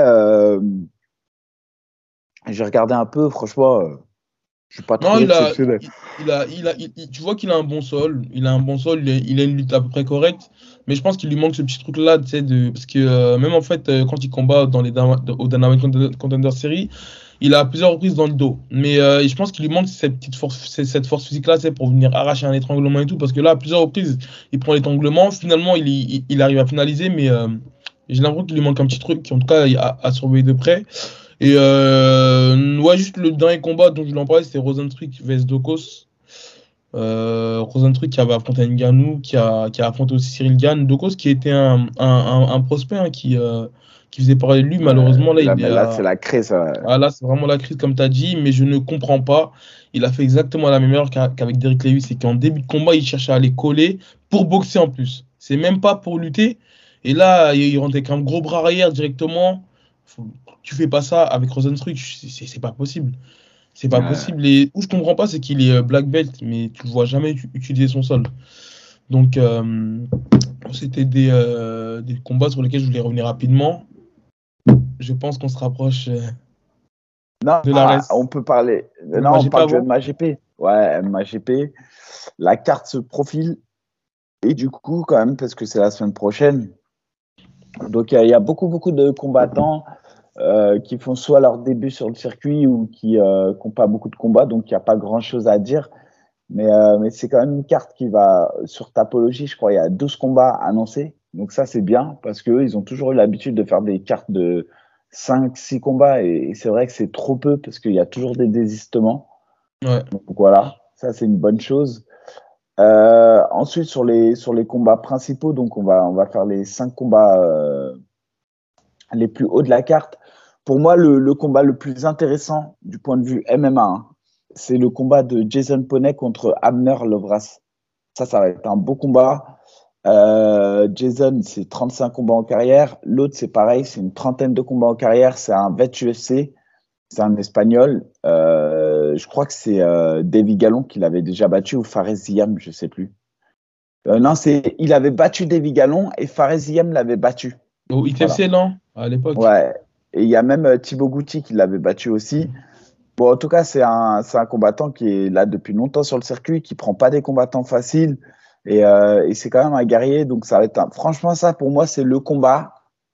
j'ai regardé un peu, franchement, je n'ai pas non, trouvé exceptionnel. tu vois qu'il a un bon sol. Il a un bon sol, il a une lutte à peu près correcte. Mais je pense qu'il lui manque ce petit truc-là, tu sais, parce que même en fait, quand il combat au Dana White Contender Series, il a à plusieurs reprises dans le dos. Mais je pense qu'il lui manque cette petite force, cette force physique-là, tu sais, pour venir arracher un étranglement et tout. Parce que là, à plusieurs reprises, il prend l'étranglement. Finalement, il arrive à finaliser, mais j'ai l'impression qu'il lui manque un petit truc, en tout cas, à surveiller de près. Et ouais, juste le dernier combat dont je voulais en parler, c'était Rosenstruck vs Dokos. Rosenstruck qui avait affronté Ngannou, qui a affronté aussi Cyril Gane. Dokos qui était un prospect, hein, qui faisait parler de lui. Malheureusement, là, Là, il est mais là, c'est la crise. ah, là, c'est vraiment la crise, comme tu as dit, mais je ne comprends pas. Il a fait exactement la même erreur qu'avec Derrick Lewis. C'est qu'en début de combat, il cherchait à aller coller pour boxer en plus. C'est même pas pour lutter. Et là, il rentre avec un gros bras arrière directement. Faut- Tu fais pas ça avec Rosenstruck, c'est pas possible. C'est pas Euh, possible. Et où je comprends pas, c'est qu'il est black belt, mais tu le vois jamais utiliser son sol. Donc, c'était des combats sur lesquels je voulais revenir rapidement. Je pense qu'on se rapproche non, de la on reste. peut parler. De Non, on MAGP parle du avant. MAGP. Ouais, MAGP. La carte se profile. Et du coup, quand même, parce que c'est la semaine prochaine. Donc, il y a beaucoup, beaucoup de combattants qui font soit leur début sur le circuit ou qui n'ont pas beaucoup de combats. Donc, il n'y a pas grand-chose à dire. Mais c'est quand même une carte qui va sur Tapologie. Je crois il y a 12 combats annoncés. Donc, ça, c'est bien parce qu'eux, ils ont toujours eu l'habitude de faire des cartes de 5, 6 combats. Et c'est vrai que c'est trop peu parce qu'il y a toujours des désistements. Ouais. Donc, voilà, ça, c'est une bonne chose. Ensuite, sur les combats principaux, donc on va faire les 5 combats les plus hauts de la carte. Pour moi, le combat le plus intéressant du point de vue MMA, hein, c'est le combat de Jason Poney contre Abner Lovras. Ça va être un beau combat. Jason, c'est 35 combats en carrière. L'autre, c'est pareil, c'est une trentaine de combats en carrière. C'est un vet UFC. C'est un Espagnol. Je crois que c'est Davy Gallon qui l'avait déjà battu ou Fares Ziam, je ne sais plus. Non, il avait battu Davy Gallon et Fares Ziam l'avait battu. Au Voilà. ITFC, non? À l'époque. Ouais. Et il y a même Thibaut Gouti qui l'avait battu aussi. Bon, en tout cas, c'est un combattant qui est là depuis longtemps sur le circuit, qui prend pas des combattants faciles. Et c'est quand même un guerrier. Donc, ça va être franchement, ça, pour moi, c'est le combat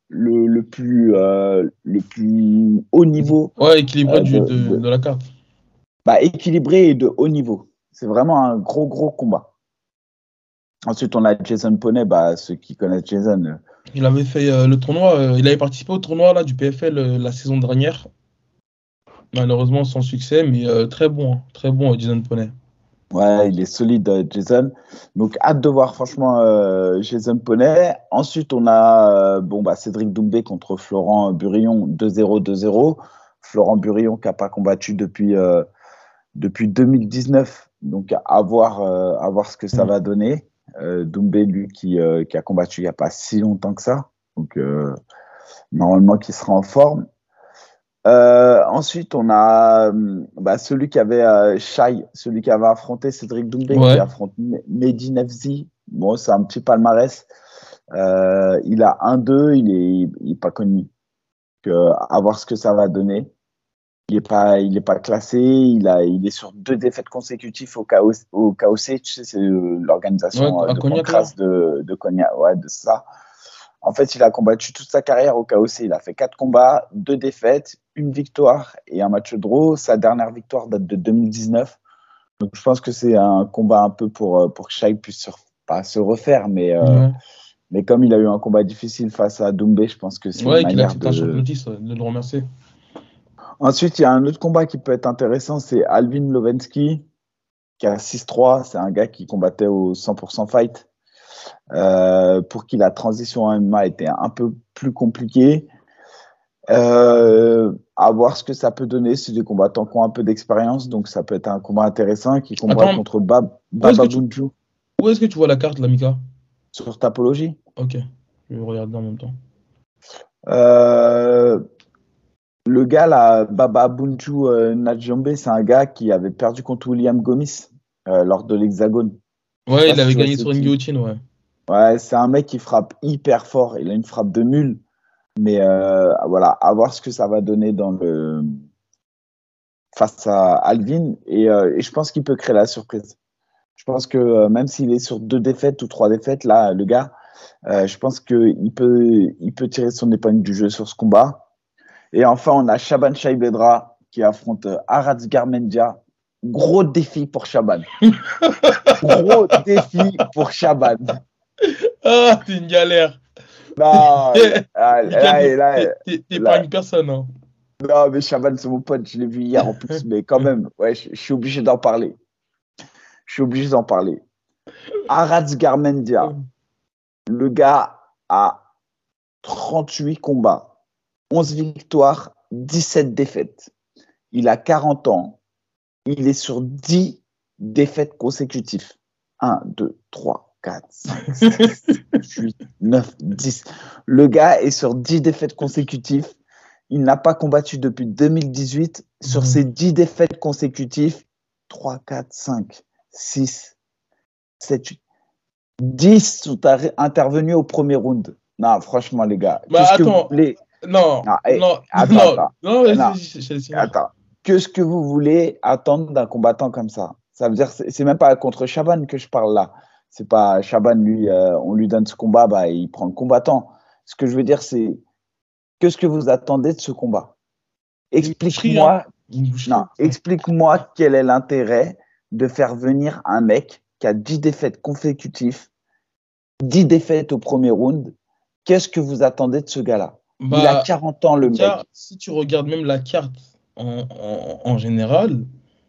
le plus haut niveau, Ouais, équilibré de, de, de la carte. bah, équilibré et de haut niveau. C'est vraiment un gros, gros combat. Ensuite, on a Jason Poney. Bah, ceux qui connaissent Jason, Il avait fait le tournoi, il avait participé au tournoi là, du PFL la saison dernière. Malheureusement sans succès, mais très bon, Jason Poney. ouais, il est solide, Jason. Donc, hâte de voir franchement Jason Poney. Ensuite, on a bon, bah, Cédric Doumbé contre Florent Burillon, 2-0, 2-0. Florent Burillon qui n'a pas combattu depuis 2019. Donc, à voir ce que ça Mm. va donner. Doumbé, lui, qui a combattu il n'y a pas si longtemps que ça. Donc, normalement, qui sera en forme. Ensuite, on a celui qui avait Shai, celui qui avait affronté Cédric Doumbé, qui Ouais, affronte Mehdi Nefzi. bon, c'est un petit palmarès. Il a 1-2, il est pas connu. À voir ce que ça va donner. Il est pas classé. Il est sur 2 défaites consécutives au KOC. Tu sais, c'est Ouais, l'organisation à de Cognac, là. Pancras de Cognac. Ouais, de ça. En fait, il a combattu toute sa carrière au KOC. Il a fait 4 combats, 2 défaites, une victoire et un match draw. Sa dernière victoire date de 2019. Donc, je pense que c'est un combat un peu pour que Shai puisse pas se refaire, Ouais. mais comme il a eu un combat difficile face à Doumbé, je pense que c'est une Ouais, qu'il manière accepte un champion de. titre, de le remercier. Ensuite, il y a un autre combat qui peut être intéressant, c'est Alvin Lovensky, qui a 6-3. C'est un gars qui combattait au 100% fight. Pour qui la transition en MMA était un peu plus compliquée. À voir ce que ça peut donner. C'est des combattants qui ont un peu d'expérience, donc ça peut être un combat intéressant qui combat Attends, contre où est-ce que Baba tu, Bunju où est-ce que tu vois la carte, l'Amica? sur Tapologie. Ok, je vais regarder en même temps. Euh, le gars là, Baba Bunju Najombe, c'est un gars qui avait perdu contre William Gomis lors de l'Hexagone. Je sais Ouais, pas il si avait tu vois gagné c'est sur une qui. guillotine, ouais. Ouais, c'est un mec qui frappe hyper fort. Il a une frappe de mule. Mais voilà, à voir ce que ça va donner face à Alvin. Et je pense qu'il peut créer la surprise. Je pense que même s'il est sur 2 défaites ou 3 défaites, là, le gars, je pense il peut tirer son épingle du jeu sur ce combat. Et enfin, on a Shaban Shaibedra qui affronte Aratz Garmendia. Gros défi pour Shaban. Gros défi pour Shaban. Ah, t'es une galère. Non, Mika, t'es pas là, une personne, hein. non, mais Shaban, c'est mon pote, je l'ai vu hier en plus, mais quand même, ouais, je suis obligé d'en parler. Je suis obligé d'en parler. Aratz Garmendia, le gars a 38 combats, 11 victoires, 17 défaites. Il a 40 ans. Il est sur 10 défaites consécutives. 1, 2, 3, 4, 5, 6, 8, 9, 10. Le gars est sur 10 défaites consécutives. Il n'a pas combattu depuis 2018. Sur Mhm. ces 10 défaites consécutives, 3, 4, 5, 6, 7, 8. 10 sont intervenus au premier round. Non, franchement, les gars, Bah qu'est-ce que vous attends, voulez? non, Non, non, attends, non, attends. non, vas-y, Non, vas-y, je laisse finir. attends. Qu'est-ce que vous voulez attendre d'un combattant comme ça? Ça veut dire, c'est même pas contre Chaban que je parle là. C'est pas Chaban, lui, on lui donne ce combat, bah, il prend le combattant. Ce que je veux dire, c'est qu'est-ce que vous attendez de ce combat? Une boucherie, hein. Explique-moi, Une non, boucherie, ça. explique-moi quel est l'intérêt de faire venir un mec qui a 10 défaites consécutives, 10 défaites au premier round. Qu'est-ce que vous attendez de ce gars-là? Il a Bah, 40 ans, le Mika, mec. si tu regardes même la carte en général,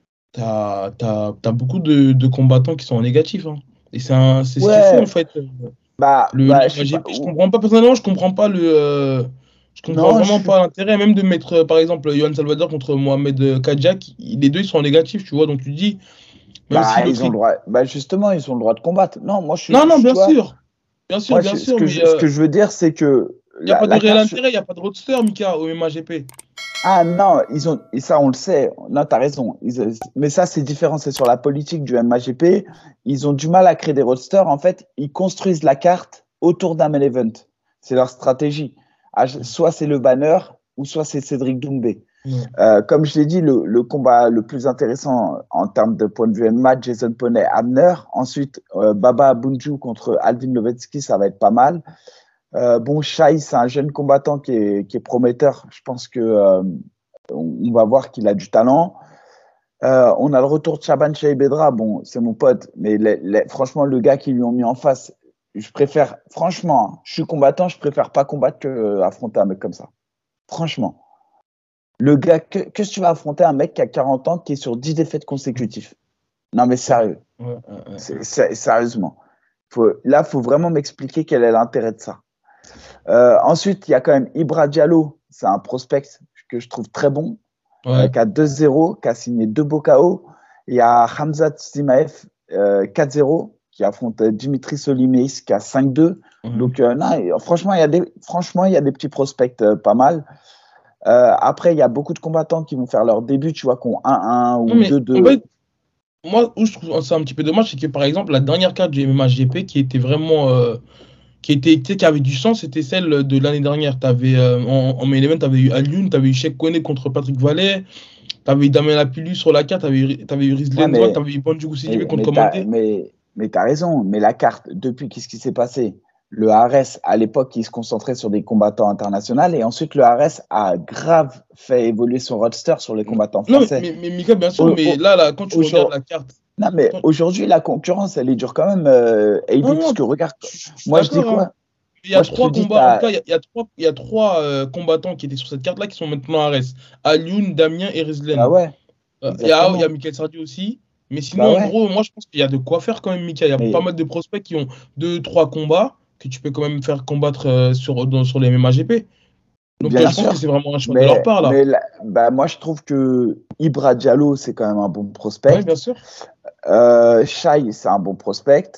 t'as beaucoup de combattants qui sont en négatif, hein. Et c'est ce qu'il faut, en Ouais, fait. bah, Le je sais pas. MAGP, je comprends pas, personnellement, je comprends pas je comprends Non, je vraiment suis. pas l'intérêt, même de mettre, par exemple, Johan Salvador contre Mohamed Kadjak, les deux, ils sont en négatif, tu vois. Donc tu te dis, même si Bah, l'autre ils ont est. le droit. Bah, justement, ils ont le droit de combattre. Non, moi, Non, non, tu vois, bien sûr, moi, bien sûr, mais ce que je veux dire, c'est que il n'y a pas de la réel carte. intérêt, il n'y a pas de roadster, Mika, au MAGP. Ah non, ils ont. Et ça, on le sait. Non, t'as raison. Mais ça, c'est différent. C'est sur la politique du MAGP. Ils ont du mal à créer des roadsters. En fait, ils construisent la carte autour d'un main event. C'est leur stratégie. Soit c'est le banner, ou soit c'est Cédric Doumbé. Ouais. Comme je l'ai dit, le combat le plus intéressant en termes de point de vue MMA, Jason Poney, Abner. Ensuite, Baba Bunju contre Alvin Lovetsky, ça va être pas mal. Bon, Shai, c'est un jeune combattant qui est prometteur. Je pense que on va voir qu'il a du talent. On a le retour de Shaban Shaibedra. Bon, c'est mon pote, mais franchement, le gars qu'ils lui ont mis en face, je préfère, franchement, hein, je suis combattant, je préfère pas combattre que affronter un mec comme ça. Franchement. Le gars, que tu vas affronter un mec qui a 40 ans qui est sur 10 défaites consécutives? Non, mais sérieux. Ouais, Sérieusement. Là, il faut vraiment m'expliquer quel est l'intérêt de ça. Ensuite, il y a quand même Ibra Diallo. C'est un prospect que je trouve très bon, ouais. qui a 2-0, qui a signé 2 beaux KO. Il y a Hamzat Zimaev, 4-0, qui affronte Dimitri Solimeis, qui a 5-2. Ouais. Donc, non, franchement, il y a des petits prospects pas mal. Après, il y a beaucoup de combattants qui vont faire leur début, tu vois, qui ont 1-1 Non, ou mais 2-2. moi, où je trouve ça un petit peu dommage, c'est que par exemple, la dernière carte du MMA GP qui était vraiment. Qui était, tu sais, qui avait du sens, c'était celle de l'année dernière. T'avais, en main event, tu avais eu Alioune, tu avais eu Sheik Kone contre Patrick Valet, tu avais eu Damien Lapillus sur la carte, tu avais eu Riz Ouais, Lenzon, tu avais eu Banjugu CJB contre Comandé. mais t'as raison. Mais la carte, depuis, qu'est-ce qui s'est passé? Le Ares, à l'époque, il se concentrait sur des combattants internationaux et ensuite le Ares a grave fait évoluer son roster sur les combattants Non, français. Mika, bien sûr, Au- mais au- là, quand tu regardes aujourd- la carte. non, mais aujourd'hui, la concurrence, elle est dure quand même, Non, AB, parce non, que regarde, je suis moi je dis d'accord, hein. quoi? Il y a Moi je te trois dis, combats, en tout cas, il y a trois combattants qui étaient sur cette carte-là qui sont maintenant à Arès. Alioune, Damien et bah Rizlen. ouais, Il y a exactement. Michael Sardi aussi. Mais Bah sinon, en ouais, gros, moi, je pense qu'il y a de quoi faire quand même, Mika. Il y a pas mais mal de prospects qui ont deux, trois combats que tu peux quand même faire combattre sur les MMAGP. Donc, bien je pense que sûr. c'est vraiment un choix de leur part, là. Bah, moi je trouve que Ibra Diallo, c'est quand même un bon Oui, prospect. bien sûr. Shai, c'est un bon prospect.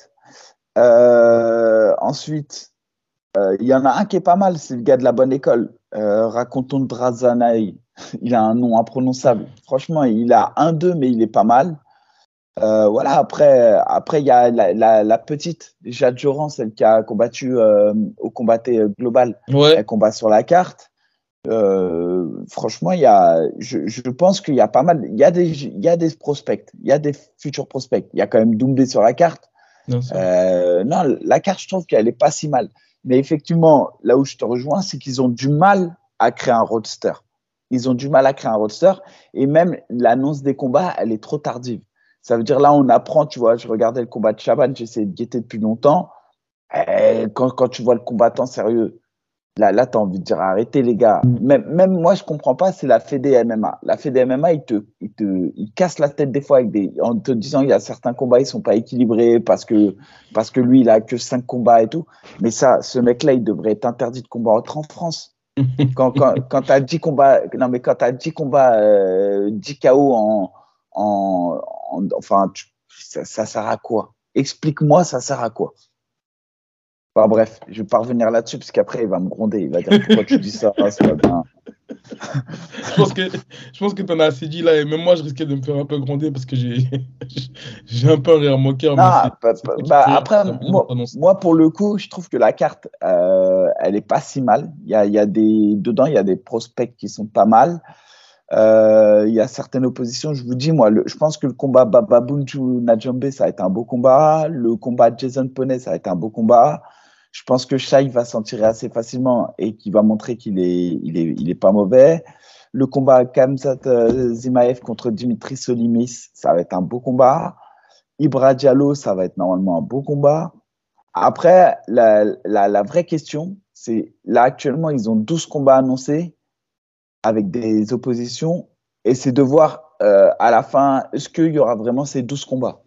Ensuite, il y en a un qui est pas mal, c'est le gars de la bonne école. Raconton Drazanaï. Il a un nom imprononçable. Franchement, il a 1-2, mais il est pas mal. Voilà, après, il y a la petite, Jade Joran, celle qui a combattu au combatté global. Ouais. Elle combat sur la carte. Franchement, je pense qu'il y a pas mal. Il y a des prospects, il y a des futurs prospects. Il y a quand même Doumbé sur la carte. Bien sûr. Non, la carte, je trouve qu'elle est pas si mal. Mais effectivement, là où je te rejoins, c'est qu'ils ont du mal à créer un roadster. Ils ont du mal à créer un roadster. Et même l'annonce des combats, elle est trop tardive. Ça veut dire là, on apprend, tu vois, je regardais le combat de Chaban, j'essaie de guetter depuis longtemps. Quand tu vois le combattant sérieux, là tu as envie de dire arrêtez les gars. Même moi, je comprends pas, c'est la Fédé MMA. La Fédé MMA, il casse la tête des fois en te disant il y a certains combats, ils sont pas équilibrés parce que lui, il a que 5 combats et tout. Mais ça, ce mec-là, il devrait être interdit de combattre en France. Quand tu as 10 combats, non, mais quand tu as 10 combats, 10 KO enfin, ça sert à quoi? Explique-moi, ça sert à quoi? Enfin, bref, je vais pas revenir là-dessus parce qu'après, il va me gronder. Il va dire pourquoi tu dis ça, c'est pas bien. Je pense que tu en as assez dit là, et même moi, je risquais de me faire un peu gronder parce que j'ai j'ai un peu un rire moqueur, Non, mais c'est toi qui te fais rire, après, t'as bien moi, prononcé. moi, pour le coup, je trouve que la carte, elle est pas si mal. Dedans, il y a des prospects qui sont pas mal. Il y a certaines oppositions. Je vous dis, moi, je pense que le combat Bababuntu Najombe, ça a été un beau combat. Le combat Jason Poney, ça a été un beau combat. Je pense que Shai va s'en tirer assez facilement et qu'il va montrer qu'il est pas mauvais. Le combat Khamzat Zimaev contre Dimitri Solimis, ça va être un beau combat. Ibra Diallo, ça va être normalement un beau combat. Après, la vraie question, c'est là actuellement, ils ont 12 combats annoncés avec des oppositions et c'est de voir à la fin, est-ce qu'il y aura vraiment ces 12 combats?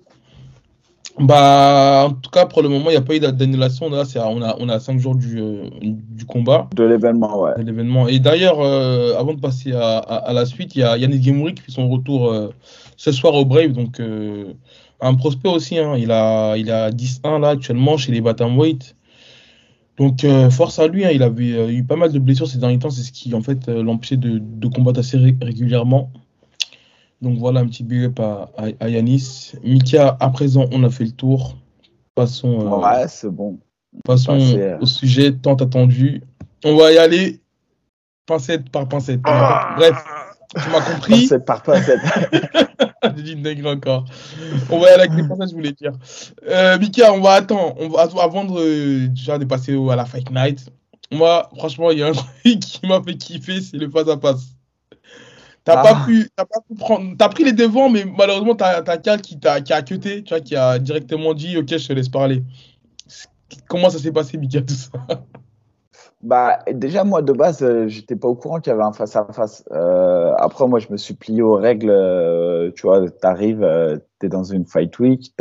Bah, en tout cas, pour le moment, il n'y a pas eu d'annulation. Là, on a 5 jours du combat, De l'événement, ouais. de l'événement. Et d'ailleurs, avant de passer à la suite, il y a Yannick Gemouri qui fait son retour ce soir au Brave. Donc, un prospect aussi, hein. Il a 10-1 là actuellement chez les Bantamweight. Donc, force à lui, hein. Il avait eu pas mal de blessures ces derniers temps. C'est ce qui, en fait, l'empêchait de combattre assez régulièrement. Donc, voilà un petit big up à Yanis. Mika, à présent, on a fait le tour. Passons, Ouais, c'est bon. On peut passons passer. au sujet tant attendu. On va y aller pincette par pincette. Bref, tu m'as compris. Pincette par pincette. J'ai dit nègre encore. On va y aller avec les pincettes, je voulais dire. Mika, on va attendre. Avant déjà de passer à la Fight Night. Moi, franchement, il y a un truc qui m'a fait kiffer, c'est le face à face. T'as pas pu prendre. T'as pris les devants, mais malheureusement, t'as Cal qui a cuté, tu vois, qui a directement dit, ok, je te laisse parler. Comment ça s'est passé, Mika, tout ça? Bah, déjà, moi, de base, j'étais pas au courant qu'il y avait un face-à-face. Après, moi, je me suis plié aux règles. Tu vois, t'arrives, t'es dans une fight week.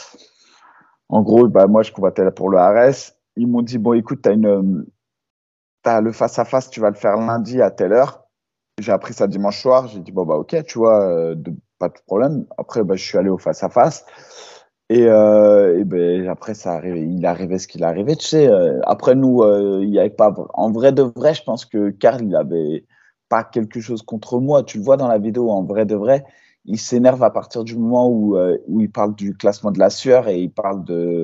En gros, bah, moi, je combattais là pour le RS. Ils m'ont dit, bon, écoute, t'as le face-à-face, tu vas le faire lundi à telle heure. J'ai appris ça dimanche soir. J'ai dit, bon, bah, ok, tu vois, pas de problème. Après, bah, je suis allé au face-à-face. Et ben, après, il arrivait ce qu'il arrivait, tu sais. Après, nous, il y avait pas. En vrai de vrai, je pense que Karl, il avait pas quelque chose contre moi. Tu le vois dans la vidéo, en vrai de vrai. il s'énerve à partir du moment où il parle du classement de la sueur et il parle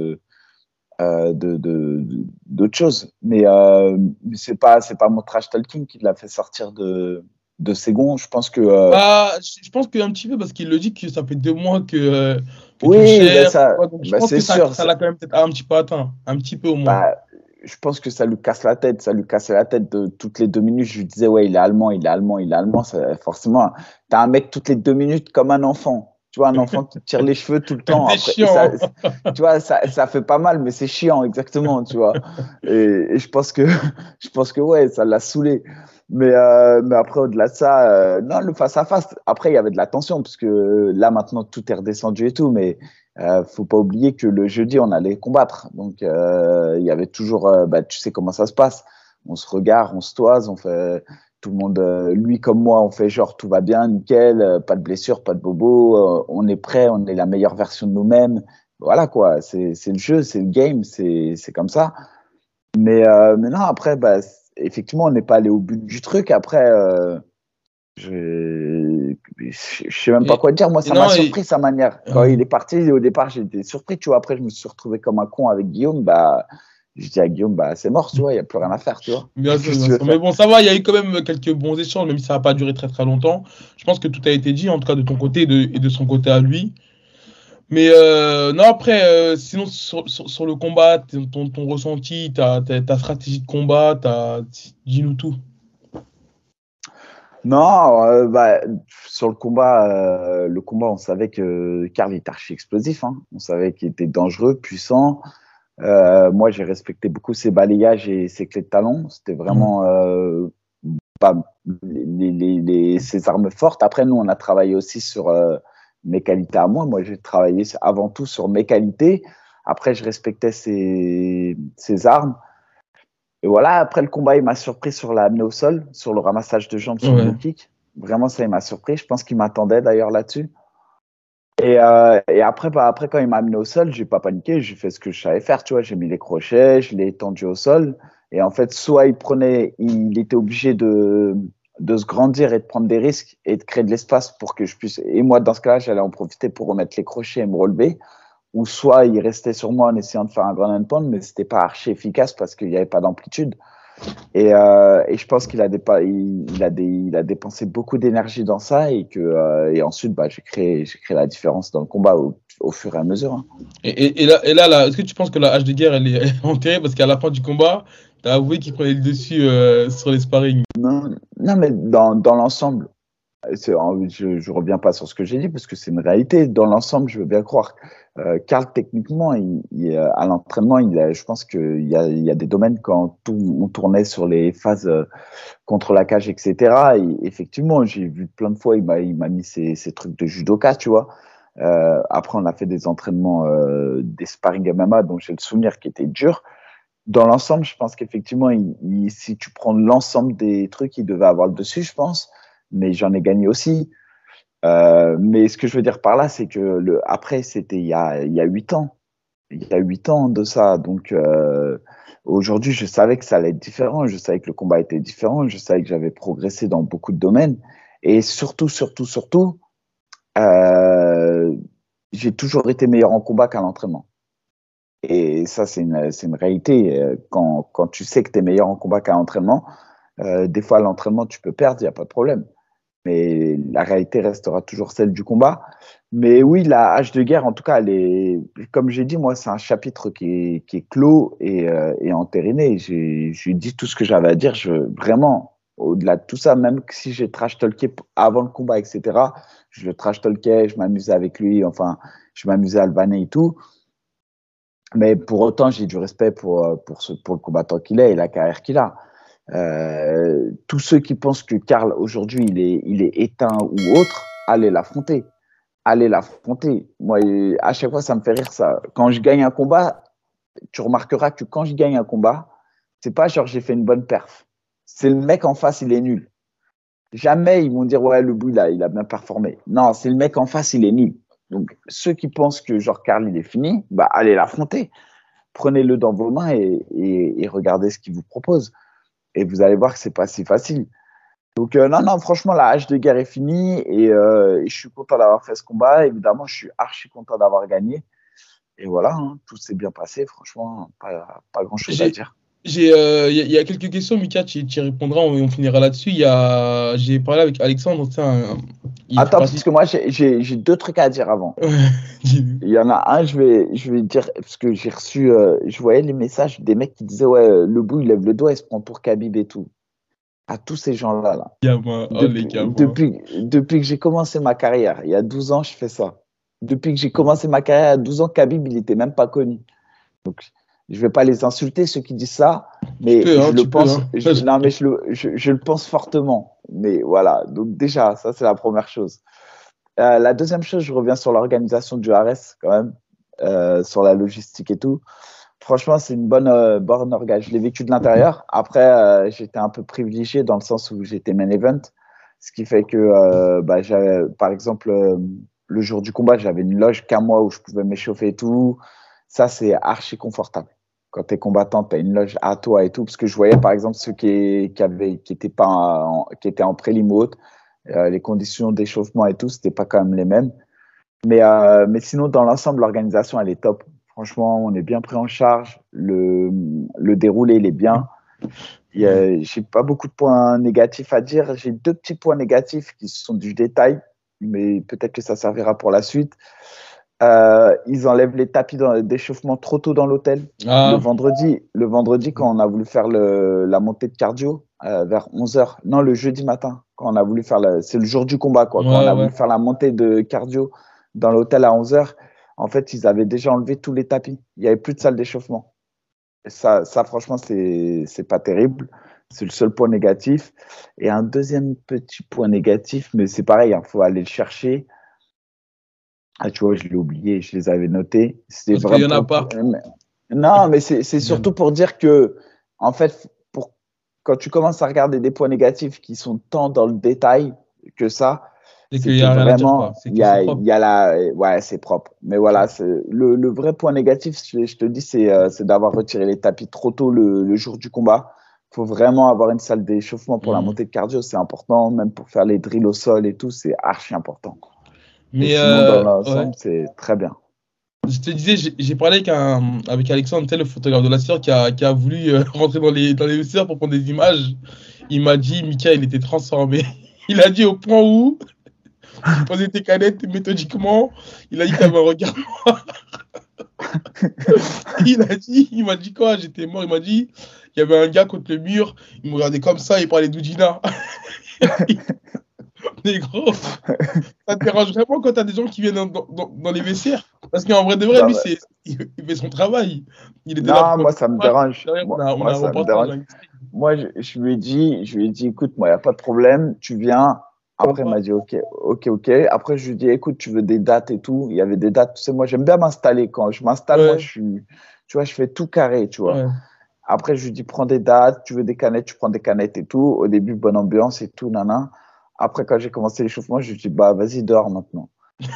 d'autres choses. Mais c'est pas mon trash talking qui l'a fait sortir de ses gonds. Je pense que Bah, je pense qu'un petit peu, parce qu'il le dit que ça fait 2 mois que tu le oui, cherches. Donc, je pense c'est que sûr. ça l'a quand même peut-être un petit peu atteint. Un petit peu au moins. Bah, je pense que ça lui casse la tête. Ça lui cassait la tête de toutes les 2 minutes. Je lui disais, ouais, il est allemand, il est allemand, il est allemand. Forcément, t'as un mec toutes les 2 minutes comme un enfant. Tu vois, un enfant qui tire les cheveux tout le temps. C'est Après, ça, chiant, hein. tu vois, ça fait pas mal, mais c'est chiant, exactement, tu vois. Et je pense que ouais, ça l'a saoulé. Mais après, au-delà de ça, non, le face-à-face, après, il y avait de la tension, parce que là, maintenant, tout est redescendu et tout, mais faut pas oublier que le jeudi, on allait combattre. Donc, il y avait toujours, bah, tu sais comment ça se passe. On se regarde, on se toise, on fait tout le monde, lui comme moi, on fait genre tout va bien, nickel, pas de blessure, pas de bobo, on est prêt, on est la meilleure version de nous-mêmes. Voilà quoi, c'est le jeu, c'est le game, c'est comme ça. Mais non, après, bah, effectivement, on n'est pas allé au but du truc. Après, je sais même pas Et, quoi dire. Moi, et ça m'a non, surpris sa manière. Quand il est parti, au départ, j'étais surpris, tu vois. Après, je me suis retrouvé comme un con avec Guillaume. Bah, je dis à Guillaume, bah, c'est mort, tu vois, il n'y a plus rien à faire, tu vois. bien sûr, Qu'est-ce que bien tu veux sûr. Mais faire? bon, ça va, il y a eu quand même quelques bons échanges, même si ça n'a pas duré très très longtemps. Je pense que tout a été dit, en tout cas de ton côté et de son côté à lui. Mais non, après, sinon, sur le combat, ton ressenti, ta stratégie de combat, dis-nous tout. Non, bah, sur le combat, on savait que Karl était archi explosif, hein. On savait qu'il était dangereux, puissant. Moi, j'ai respecté beaucoup ses balayages et ses clés de talon. C'était Ouais. vraiment pas ses armes fortes. Après, nous, on a travaillé aussi sur mes qualités à moi. Moi, j'ai travaillé avant tout sur mes qualités. Après, je respectais ses armes. Et voilà, après le combat, il m'a surpris sur la amenée au sol, sur le ramassage de jambes, sur le low Ouais. kick. Vraiment, ça, il m'a surpris. Je pense qu'il m'attendait d'ailleurs là-dessus. Et après, bah, après, quand il m'a amené au sol, j'ai pas paniqué, j'ai fait ce que je savais faire, tu vois, j'ai mis les crochets, je l'ai étendu au sol. Et en fait, soit il était obligé de se grandir et de prendre des risques et de créer de l'espace pour que je puisse. Et moi, dans ce cas-là, j'allais en profiter pour remettre les crochets et me relever. Ou soit il restait sur moi en essayant de faire un ground and pound, mais c'était pas archi efficace parce qu'il n'y avait pas d'amplitude. Et je pense il a dépensé beaucoup d'énergie dans ça et ensuite bah, j'ai créé la différence dans le combat au fur et à mesure, hein. Et là, est-ce que tu penses que la hache de guerre, elle est enterrée parce qu'à la fin du combat, t'as avoué qu'il prenait le dessus sur les sparring. Non, non mais dans l'ensemble, je reviens pas sur ce que j'ai dit parce que c'est une réalité. Dans l'ensemble, je veux bien croire. Karl, techniquement, à l'entraînement, je pense il y a des domaines quand on tournait sur les phases contre la cage, etc. Et effectivement, j'ai vu plein de fois, il m'a mis ces trucs de judoka, tu vois. Après, on a fait des entraînements, des sparring MMA dont j'ai le souvenir qui étaient durs. Dans l'ensemble, je pense qu'effectivement, si tu prends l'ensemble des trucs, il devait avoir le dessus, je pense. Mais j'en ai gagné aussi. Mais ce que je veux dire par là, c'est que après, c'était il y a 8 ans. Il y a 8 ans de ça. Donc, aujourd'hui, je savais que ça allait être différent. Je savais que le combat était différent. Je savais que j'avais progressé dans beaucoup de domaines. Et surtout, surtout, surtout, euh, j'ai toujours été meilleur en combat qu'à l'entraînement. Et ça, c'est une réalité. Quand tu sais que tu es meilleur en combat qu'à l'entraînement, des fois, à l'entraînement, tu peux perdre, il n'y a pas de problème. Mais la réalité restera toujours celle du combat. Mais oui, la hache de guerre, en tout cas, comme j'ai dit, moi, c'est un chapitre qui est clos et entériné. J'ai dit tout ce que j'avais à dire. Vraiment, au-delà de tout ça, même si j'ai trash talké avant le combat, etc., je le trash talkais, je m'amusais avec lui, enfin, je m'amusais à le vanner et tout. Mais pour autant, j'ai du respect pour le combattant qu'il est et la carrière qu'il a. Tous ceux qui pensent que Karl aujourd'hui il est éteint ou autre, allez l'affronter. Allez l'affronter. Moi, à chaque fois, ça me fait rire ça. Quand je gagne un combat, tu remarqueras que quand je gagne un combat, c'est pas genre j'ai fait une bonne perf. C'est le mec en face, il est nul. Jamais ils vont dire ouais, le bout il a bien performé. Non, c'est le mec en face, il est nul. Donc ceux qui pensent que genre Karl il est fini, bah allez l'affronter. Prenez-le dans vos mains et regardez ce qu'il vous propose. Et vous allez voir que c'est pas si facile. Donc, non, franchement, la hache de guerre est finie et je suis content d'avoir fait ce combat. Évidemment, je suis archi content d'avoir gagné. Et voilà, hein, tout s'est bien passé. Franchement, pas grand-chose à J'ai, dire. il y a quelques questions, Mika, tu répondras, on finira là-dessus. J'ai parlé avec Alexandre, tu sais, il fait Attends, parce partie. que moi, j'ai deux trucs à dire avant. Dis-nous. Il y en a un, je vais dire, parce que j'ai reçu, je voyais les messages des mecs qui disaient, ouais, le bout, il lève le doigt, il se prend pour Khabib et tout. À tous ces gens-là, là. Gamin, oh les gamins. Depuis que j'ai commencé ma carrière, il y a 12 ans, je fais ça. Depuis que j'ai commencé ma carrière, il y a 12 ans, Khabib, il n'était même pas connu. Donc, je ne vais pas les insulter, ceux qui disent ça, Tu mais peux, hein, je le tu peux, pense, hein. non, mais je le pense fortement. Mais voilà, donc déjà, ça, c'est la première chose. La deuxième chose, je reviens sur l'organisation du RS quand même, sur la logistique et tout. Franchement, c'est une bonne orga. Je l'ai vécu de l'intérieur. Après, j'étais un peu privilégié dans le sens où j'étais main event, ce qui fait que, par exemple, le jour du combat, j'avais une loge qu'à moi où je pouvais m'échauffer et tout. Ça, c'est archi confortable. Quand tu es combattant, tu as une loge à toi et tout. Parce que je voyais, par exemple, ceux qui étaient pas qui étaient en prélim ou autre, les conditions d'échauffement et tout, c'était pas quand même les mêmes. Mais sinon, dans l'ensemble, l'organisation, elle est top. Franchement, on est bien pris en charge. Le déroulé, il est bien. J'ai pas beaucoup de points négatifs à dire. J'ai deux petits points négatifs qui sont du détail, mais peut-être que ça servira pour la suite. Ils enlèvent les tapis d'échauffement trop tôt dans l'hôtel. Le Ah, vendredi, le vendredi, quand on a voulu faire la montée de cardio vers 11 h, non, le jeudi matin, quand on a voulu faire c'est le jour du combat, quoi, quand on ouais, a ouais. voulu faire la montée de cardio dans l'hôtel à 11 h, en fait, ils avaient déjà enlevé tous les tapis. Il n'y avait plus de salle d'échauffement. Et ça, franchement, c'est pas terrible. C'est le seul point négatif. Et un deuxième petit point négatif, mais c'est pareil, il faut aller le chercher. Ah, tu vois, je l'ai oublié, je les avais notés. C'était Parce qu'il y vraiment en a pas. non, mais c'est Il y en a. surtout pour dire que, en fait, quand tu commences à regarder des points négatifs qui sont tant dans le détail que ça, C'est qu'il c'est y que a rien à dire, quoi. vraiment, C'est que c'est propre. il y a ouais, c'est propre. Mais voilà, le vrai point négatif, je te dis, c'est d'avoir retiré les tapis trop tôt le jour du combat. Il faut vraiment avoir une salle d'échauffement pour la Hmm. montée de cardio, c'est important, même pour faire les drills au sol et tout, c'est archi important. Mais Mais sinon, dans ouais. l'ensemble, c'est très bien. Je te disais, j'ai parlé avec Alexandre, tu sais, le photographe de la sœur qui a voulu rentrer dans les vestiaires pour prendre des images. Il m'a dit, Mika, il était transformé. Il a dit au point où tu posais tes canettes méthodiquement. Il a dit que tu avais un regard. Il m'a dit quoi? J'étais mort. Il m'a dit, il y avait un gars contre le mur. Il me regardait comme ça. Il parlait d'Oudina. Mais gros, ça te dérange vraiment quand t'as des gens qui viennent dans les vestiaires? Parce qu'en vrai de vrai, Non, lui, il fait son travail. Il était là pour non, prendre moi, des ça me images. dérange. Derrière, on a un Ça me reportage, dérange. un extrait. Moi, je lui ai dit, écoute, moi, il n'y a pas de problème, tu viens. Pourquoi Après, il pas? m'a dit, ok, ok, ok. Après, je lui ai dit, écoute, tu veux des dates et tout. Il y avait des dates. Tu sais, moi, j'aime bien m'installer. Quand je m'installe, moi, Ouais, tu vois, je fais tout carré, tu vois. ouais. Après, je lui dis, prends des dates, tu veux des canettes, tu prends des canettes et tout. Au début, bonne ambiance et tout, nana. Après, quand j'ai commencé l'échauffement, je lui dis, bah, vas-y, dors maintenant.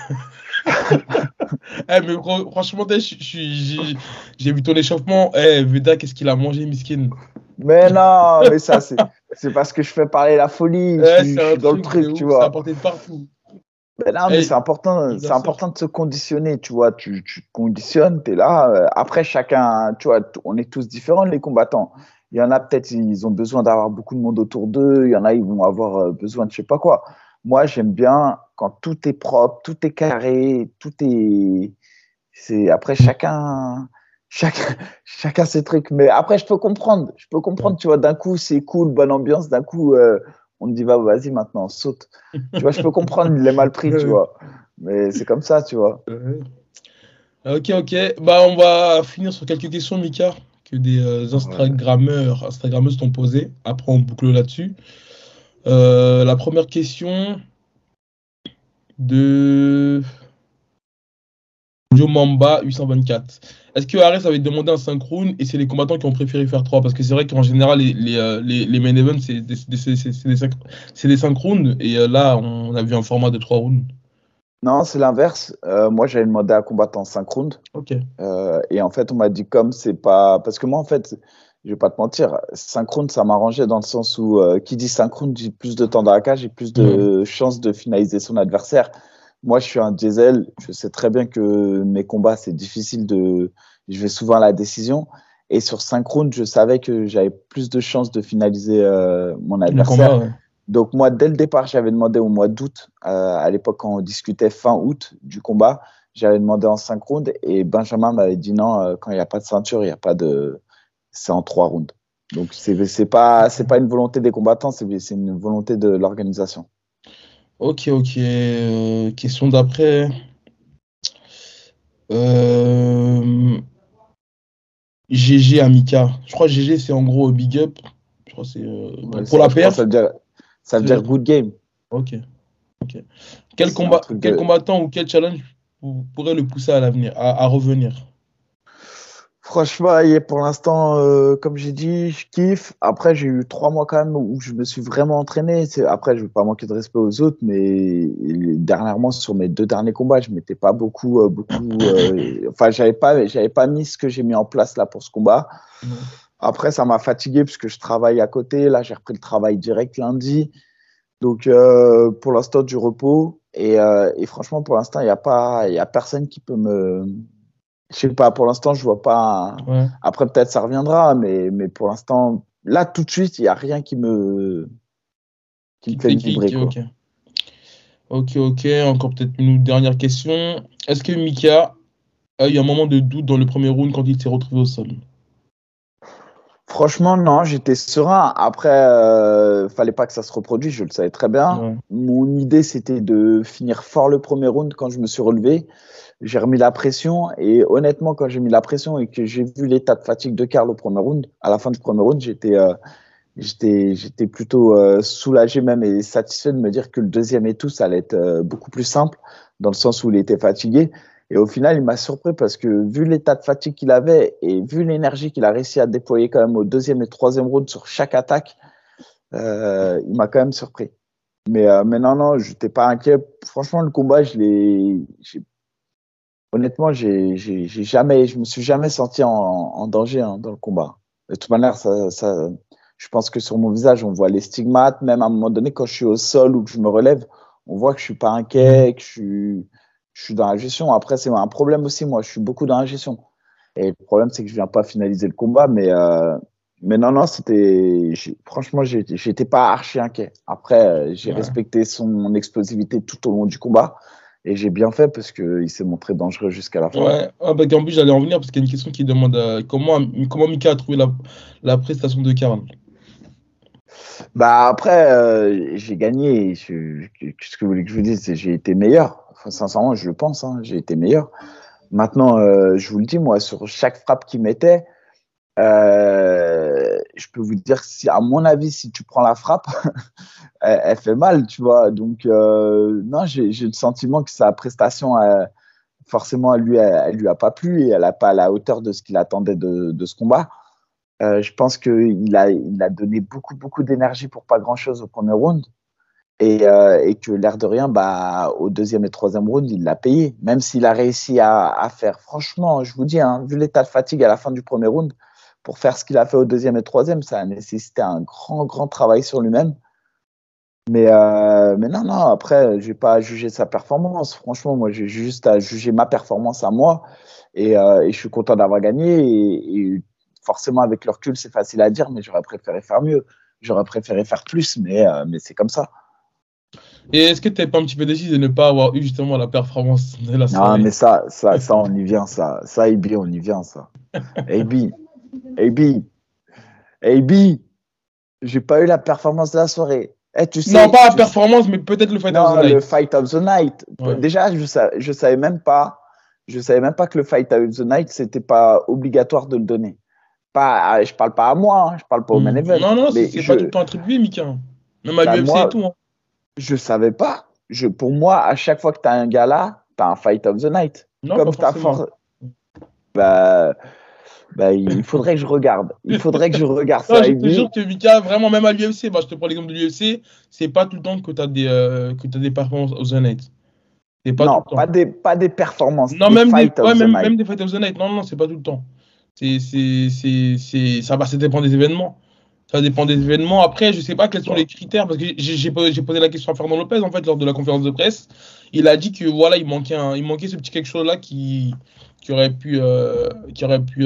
Mais franchement, j'ai vu ton échauffement. Veda, qu'est-ce qu'il a mangé, miskin? Mais non, mais ça, c'est parce que je fais parler la folie. Je C'est un suis dans le truc de truc, tu ouf. Ça a vois. porté de partout. Mais non, mais Eh, c'est anniversaire. important de se conditionner, tu vois. Tu te conditionnes, tu es là. Après, chacun, tu vois, on est tous différents, les combattants. Il y en a peut-être, ils ont besoin d'avoir beaucoup de monde autour d'eux. Il y en a, ils vont avoir besoin de je sais pas quoi. Moi, j'aime bien quand tout est propre, tout est carré, tout est. Après, chacun, chacun ses trucs. Mais après, je peux comprendre. Je peux Ouais. comprendre, tu vois. D'un coup, c'est cool, bonne ambiance. D'un coup, on te dit, vas-y, maintenant, saute. Tu vois, je peux comprendre, il est mal pris, tu Ouais. vois. Mais c'est comme ça, tu vois. Ouais. Ok, ok. Bah, on va finir sur quelques questions, Mika, que des Ouais. Instagrammeuses t'ont posées. Après, on boucle là-dessus. La première question de Joe Mamba 824. Est-ce que Ares avait demandé un synchrone et c'est les combattants qui ont préféré faire 3? Parce que c'est vrai qu'en général, les main events, c'est des synchrones. Et là, on a vu un format de 3 rounds. Non, c'est l'inverse. Moi, j'avais demandé à combattre en synchrone. Ok. Et en fait, on m'a dit comme c'est pas. Parce que moi, en fait, Je vais pas te mentir, 5 rounds, ça m'arrangeait dans le sens où qui dit 5 rounds dit plus de temps dans la cage et plus de chances de finaliser son adversaire. Moi, je suis un diesel. Je sais très bien que mes combats, c'est difficile de. Je vais souvent à la décision. Et sur 5 rounds, je savais que j'avais plus de chances de finaliser mon Le adversaire. combat, ouais. Donc, moi, dès le départ, j'avais demandé au mois d'août, à l'époque, quand on discutait fin août du combat, j'avais demandé en 5 rounds. Et Benjamin m'avait dit non, quand il n'y a pas de ceinture, il n'y a pas de. C'est en 3 rounds. Donc, c'est pas une volonté des combattants, c'est une volonté de l'organisation. Ok, ok. Question d'après. Euh, GG Amika. Je crois que GG, c'est en gros big up. Je crois que c'est Ouais, pour la je pense que perf. ça veut dire good game. Ok, ok. Quel C'est un truc quel de. combattant ou quel challenge pourrait le pousser à l'avenir, à revenir? Franchement, pour l'instant, comme j'ai dit, je kiffe. Après, j'ai eu 3 mois quand même où je me suis vraiment entraîné. Après, je ne veux pas manquer de respect aux autres, mais dernièrement, sur mes 2 derniers combats, je ne m'étais pas enfin, j'avais pas mis ce que j'ai mis en place là pour ce combat. Après, ça m'a fatigué puisque je travaille à côté. Là, j'ai repris le travail direct lundi. Donc, pour l'instant, du repos. Et franchement, pour l'instant, il y a personne qui peut me. Je sais pas, pour l'instant, je vois pas. Ouais. Après, peut-être ça reviendra, mais pour l'instant, là, tout de suite, il n'y a rien qui Qui me te fait fait vibrer, clic, quoi. ok. Ok, ok. Encore peut-être une dernière question. Est-ce que Mika a eu un moment de doute dans le premier round quand il s'est retrouvé au sol? Franchement, non, j'étais serein. Après, fallait pas que ça se reproduise, je le savais très bien. Ouais. Mon idée, c'était de finir fort le premier round quand je me suis relevé. J'ai remis la pression et honnêtement, quand j'ai mis la pression et que j'ai vu l'état de fatigue de Karl au premier round, à la fin du premier round, j'étais plutôt soulagé même et satisfait de me dire que le deuxième et tout, ça allait être beaucoup plus simple dans le sens où il était fatigué. Et au final, il m'a surpris parce que vu l'état de fatigue qu'il avait et vu l'énergie qu'il a réussi à déployer quand même au deuxième et troisième round sur chaque attaque, il m'a quand même surpris. Mais non, non, je n'étais pas inquiet. Franchement, le combat, honnêtement, je me suis jamais senti en danger dans le combat. De toute manière, je pense que sur mon visage, on voit les stigmates. Même à un moment donné, quand je suis au sol ou que je me relève, on voit que je suis pas inquiet, que je suis dans la gestion. Après, c'est un problème aussi. Moi, je suis beaucoup dans la gestion. Et le problème, c'est que je viens pas finaliser le combat. Mais non, non, franchement, j'étais pas archi inquiet. Après, j'ai Ouais. respecté son explosivité tout au long du combat. Et j'ai bien fait parce qu'il s'est montré dangereux jusqu'à la fin. Ouais. Ah, bah, en plus, j'allais en venir parce qu'il y a une question qui demande comment Mika a trouvé la prestation de Karl. Bah après, j'ai gagné. Qu'est-ce que vous voulez que je vous dise? J'ai été meilleur. Enfin, sincèrement, je le pense. Hein, j'ai été meilleur. Maintenant, je vous le dis, moi, sur chaque frappe qu'il mettait, je peux vous dire, si, à mon avis, si tu prends la frappe, elle fait mal, tu vois. Donc, non, j'ai le sentiment que sa prestation, forcément, elle lui a pas plu et elle n'a pas à la hauteur de ce qu'il attendait de ce combat. Je pense qu'il a donné beaucoup, beaucoup d'énergie pour pas grand-chose au premier round. Et que l'air de rien, bah, au deuxième et troisième round, il l'a payé. Même s'il a réussi à faire, franchement, je vous dis, hein, vu l'état de fatigue à la fin du premier round, pour faire ce qu'il a fait au deuxième et troisième, ça a nécessité un grand, grand travail sur lui-même. Mais non, non, après, je n'ai pas à juger sa performance. Franchement, moi, j'ai juste à juger ma performance à moi. Et je suis content d'avoir gagné. Et forcément, avec le recul, c'est facile à dire, mais j'aurais préféré faire mieux. J'aurais préféré faire plus, mais c'est comme ça. Et est-ce que tu n'es pas un petit peu déçu de ne pas avoir eu justement la performance de la Non, soirée? mais ça, on y vient, ça. Ça, AB, on y vient, ça. AB, AB, AB, j'ai pas eu la performance de la soirée. Eh, Non, pas la performance, mais peut-être le Fight of the non, le Night. Fight of the Night. Ouais. Déjà, je savais même pas, que le Fight of the Night, c'était pas obligatoire de le donner. Pas, je parle pas à moi, hein, je parle pas au main event. Non, non, Mais c'est pas tout le temps attribué, Mika. Même à bah, l'UFC et moi, tout. Hein. je savais pas. Pour moi, à chaque fois que tu as un gala, tu as un Fight of the Night. Non, pas Comme tu as forcément. bah, il faudrait que je regarde. Il faudrait que je regarde Non, ça, je te jure Amy. que Mika, vraiment, même à l'UFC, bah, je te prends l'exemple de l'UFC, c'est pas tout le temps que t'as des performances of the night. C'est pas tout Non, le temps. pas des performances, Non, des Fight of the même Night. des Fight of the Night. Non, non, c'est pas tout le temps. Ça dépend des événements. Ça dépend des événements. Après, je sais pas quels sont les critères, parce que j'ai posé la question à Fernand Lopez, en fait, lors de la conférence de presse. Il a dit que voilà, il manquait ce petit quelque chose-là qui aurait pu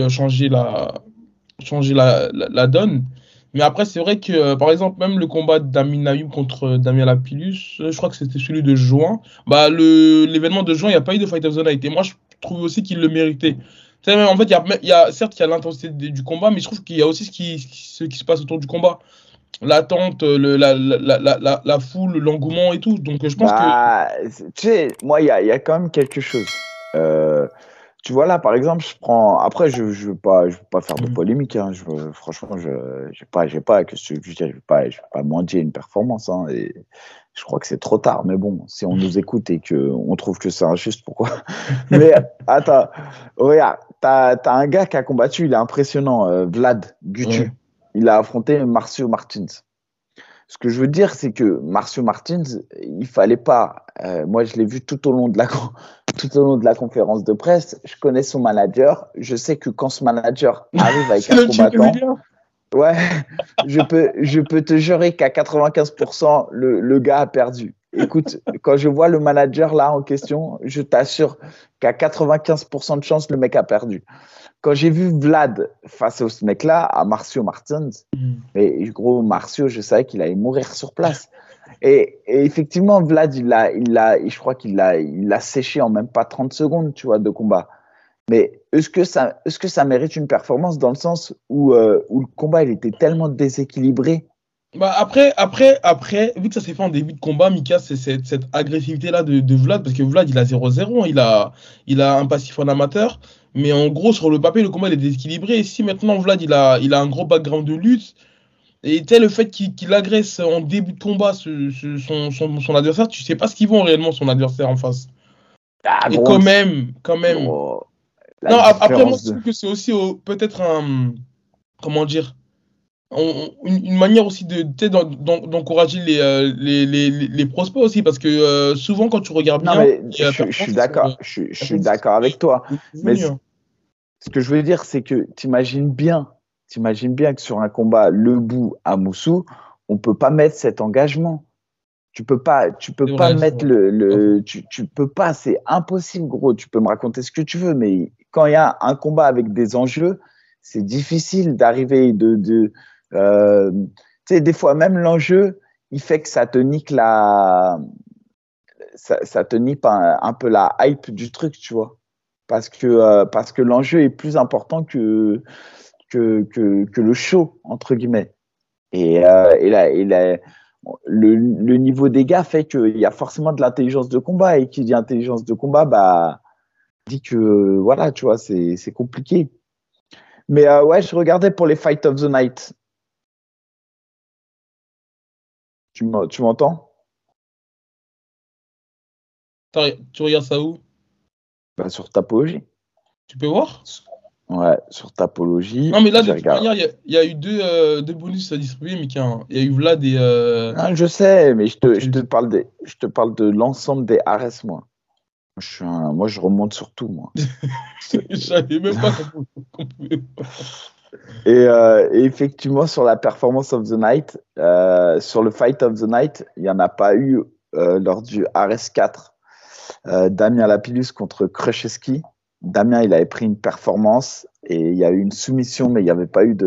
changer la donne. Mais après, c'est vrai que, par exemple, même le combat d'Amin Naïm contre Damien Lapillus, je crois que c'était celui de juin. Bah, l'événement de juin, il n'y a pas eu de Fight of the Night. Et moi, je trouve aussi qu'il le méritait. En fait, certes, il y a l'intensité du combat, mais je trouve qu'il y a aussi ce qui se passe autour du combat. L'attente, la foule, l'engouement et tout. Donc, je pense que. Bah, tu sais, moi, il y a quand même quelque chose. Euh, Tu vois, là, par exemple, je prends. Après, je veux pas faire de polémique. Hein. Franchement, je vais pas mendier une performance. Hein. Et je crois que c'est trop tard. Mais bon, si on nous écoute et qu'on trouve que c'est injuste, pourquoi? Mais attends, regarde, t'as un gars qui a combattu, il est impressionnant, Vlad Gutu. Ouais. Il a affronté Marcio Martins. Ce que je veux dire, c'est que Marcio Martins, il fallait pas. Moi, je l'ai vu tout au long de la conférence de presse. Je connais son manager. Je sais que quand ce manager arrive avec C'est un le type que c'est combattant, bien. ouais, je peux te jurer qu'à 95%, le gars a perdu. Écoute, quand je vois le manager là en question, je t'assure qu'à 95% de chance, le mec a perdu. Quand j'ai vu Vlad face à ce mec-là, à Marcio Martins, mais gros, Marcio, je savais qu'il allait mourir sur place. Et effectivement, Vlad, je crois il l'a séché en même pas 30 secondes, tu vois, de combat. Mais est-ce que ça mérite une performance dans le sens où le combat, il était tellement déséquilibré? Bah après, vu que ça s'est fait en début de combat, Mika, c'est cette agressivité-là de Vlad, parce que Vlad, il a 0-0, hein, il a un passif en amateur, mais en gros, sur le papier, le combat, il est déséquilibré, et si maintenant Vlad, il a un gros background de lutte, et tel le fait qu'il agresse en début de combat son adversaire, tu sais pas ce qu'ils vont réellement, son adversaire en face. Ah, Et gros, quand même. gros, la Non, après, moi, différence je de. trouve que c'est aussi peut-être comment dire, une manière aussi tu sais, d'encourager les prospects aussi, parce que souvent quand tu regardes Non, bien, mais les je performances, suis d'accord, je suis d'accord avec toi. elles sont Mais venues, hein. ce que je veux dire, c'est que t'imagines bien que sur un combat le bout à Moussou, on peut pas mettre cet engagement. Tu peux pas C'est mettre vrai. Pas faux. tu peux pas, c'est impossible, gros. Tu peux me raconter ce que tu veux, mais quand il y a un combat avec des enjeux, c'est difficile d'arriver tu sais, des fois même l'enjeu, il fait que ça te nique un peu la hype du truc, tu vois. Parce que l'enjeu est plus important que le show, entre guillemets. Et là, le niveau des gars fait qu'il y a forcément de l'intelligence de combat. Et qui dit intelligence de combat, bah, dit que, voilà, tu vois, c'est compliqué. Mais ouais, je regardais pour les Fight of the Night. Tu m'entends? Tu regardes ça où? Bah, sur Tapologie. Tu peux voir? Ouais, sur Tapologie, Non, mais là, de j'ai toute regardé. manière, il y a eu deux bonus à distribuer, Mika, hein. Il y a eu Vlad et. Ah, je sais, mais je te, je te Martinez. parle je te parle de l'ensemble des Ares, moi. Moi, je remonte sur tout, moi. Je savais même pas qu'on pouvait. Et effectivement, sur la performance of the night, sur le fight of the night, il n'y en a pas eu lors du RS4. Damien Lapillus contre Krzyzewski. Damien, il avait pris une performance et il y a eu une soumission, mais il n'y avait pas eu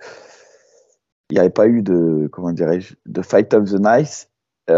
comment dirais-je, de fight of the night,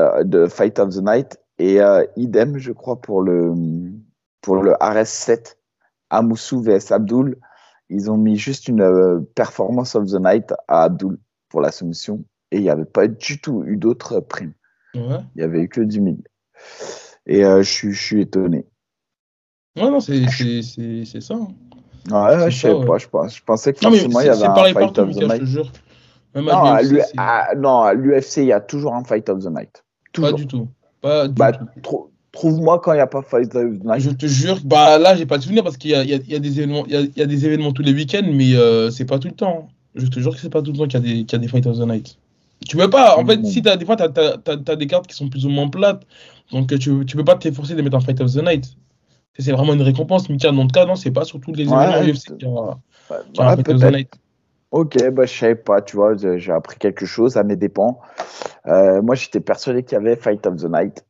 et idem, je crois, pour le RS7, Amoussou vs Abdul. Ils ont mis juste une performance of the night à Abdul pour la soumission et il n'y avait pas du tout eu d'autres primes. Ouais. Il n'y avait eu que 10 000. Et je suis étonné. Ouais, non, c'est ça, hein. Ouais, C'est je ça, savais ouais. pas. Je pensais que Non, mais forcément il y avait c'est un pareil fight partout, of the Mika, je te night. jure. Même à Non, l'UFC, c'est non, à l'UFC, il y a toujours un fight of the night. pas du Toujours. tout. Pas du Bah, tout. trouve-moi quand il n'y a pas fight of the Je night. te jure, bah là, j'ai pas de souvenir parce qu'il y a des événements, il y a des événements tous les week-ends, mais c'est pas tout le temps, hein. Je te jure que c'est pas tout le temps qu'il y a des Fight of the Night. Tu peux pas, en fait, si des fois, t'as des cartes qui sont plus ou moins plates, donc tu peux pas t'efforcer de mettre un Fight of the Night. C'est vraiment une récompense, Mika. Dans le cas, non, c'est pas sur tous les événements Ouais, UFC qu'il y a. qui a un Fight of the peut-être. Night. Ok, bah, je savais pas, tu vois, j'ai appris quelque chose à mes dépens. Moi, j'étais persuadé qu'il y avait Fight of the Night.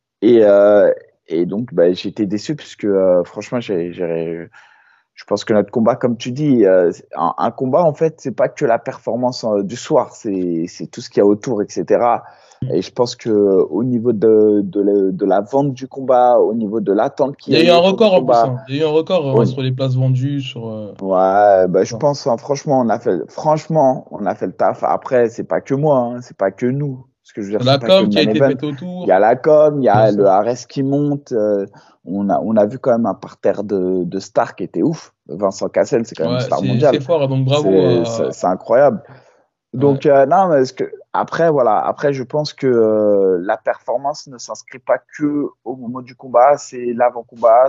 Et donc, bah, j'étais déçu puisque, franchement, je pense que notre combat, comme tu dis, un combat, en fait, c'est pas que la performance du soir, c'est tout ce qu'il y a autour, etc. Et je pense que au niveau de la vente du combat, au niveau de l'attente qu'il Il y y a a eu eu un autour du record en plus, combat, hein. Il y a eu un record au- sur les places vendues, sur. ouais, bah, je Ça. pense, hein, franchement, on a fait le taf. Après, c'est pas que moi, hein, c'est pas que nous. Ce que je veux dire, La c'est pas que com le qui a main été event. faite Il y a autour. la com, il y Bien a sûr. le Ares qui monte. On a vu quand même un parterre de stars qui était ouf. Vincent Cassel, c'est quand même une Ouais, star c'est mondiale. fort, hein, donc bravo à. C'est incroyable. Ouais. Donc, non, mais après, voilà. Après, je pense que la performance ne s'inscrit pas que au moment du combat. C'est l'avant-combat,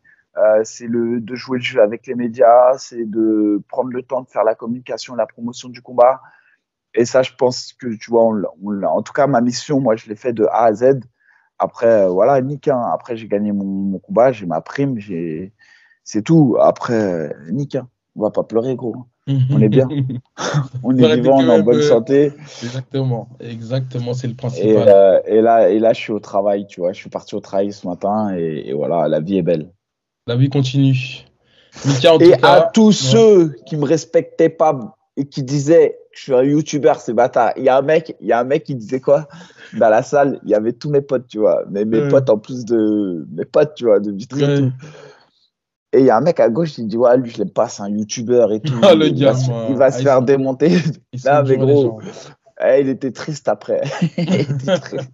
c'est de jouer le jeu avec les médias, c'est de prendre le temps de faire la communication, la promotion du combat. Et ça, je pense que, tu vois, en tout cas, ma mission, moi, je l'ai fait de A à Z. Après, voilà, nique, hein. Après, j'ai gagné mon combat, j'ai ma prime, c'est tout. Après, nique, hein. On va pas pleurer, gros. On est bien. On Vous est arrêtez vivant, quand on est en même. bonne santé. Exactement, exactement, c'est le Et, principal. là, je suis au travail, tu vois. Je suis parti au travail ce matin et voilà, la vie est belle. La vie continue. Mika, en tout Et à cas, tous ouais. ceux qui me respectaient pas et qui disaient que je suis un YouTuber, c'est bâtard. Il y a un mec qui disait quoi? Dans la salle, il y avait tous mes potes, tu vois. Mais mes Ouais. potes en plus de mes potes, tu vois, de Vitry et Ouais. tout. Et il y a un mec à gauche qui dit, ouais, lui, je l'aime pas, c'est un YouTuber et Ah, tout. le Il gamin. va Ah, se faire démonter. ils sont Non, mais durs, les gros, gens. il était triste après. Il était triste.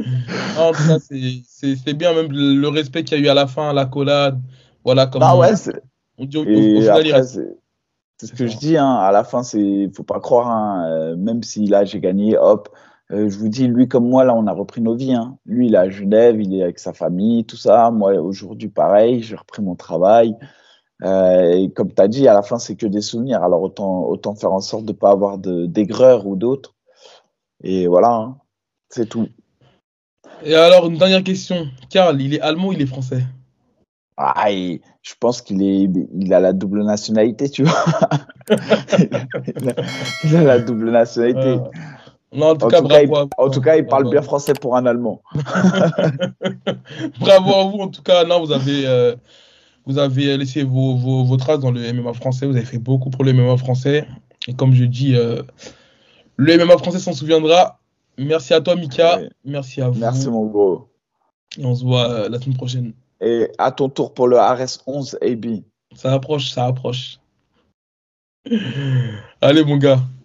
En tout cas, c'est bien, même le respect qu'il y a eu à la fin, l'accolade. Voilà, comme Non, ouais, on dit, au et final, il après, reste. c'est ce C'est que ça. je dis, hein, à la fin, faut pas croire, hein, même si là j'ai gagné, hop, je vous dis, lui comme moi, là, on a repris nos vies, hein. Lui, il est à Genève, il est avec sa famille, tout ça. Moi, aujourd'hui, pareil, j'ai repris mon travail. Et comme tu as dit, à la fin, c'est que des souvenirs. Alors, autant faire en sorte de pas avoir d'aigreur ou d'autres. Et voilà, hein, c'est tout. Et alors, une dernière question. Karl, il est allemand ou il est français? Ah, je pense il a la double nationalité, tu vois. Il a, il a la double nationalité. Euh, non, en tout cas, bravo à En vous, tout hein. cas, il parle Bravo à bien vous. français pour un Allemand. Bravo à vous, en tout cas. Non, vous avez laissé vos traces dans le MMA français. Vous avez fait beaucoup pour le MMA français. Et comme je dis, le MMA français s'en souviendra. Merci à toi, Mika. Ouais. Merci à Merci, vous. mon gros. Et on se voit la semaine prochaine. Et à ton tour pour le RS11 AB. Ça approche, ça approche. Allez, mon gars.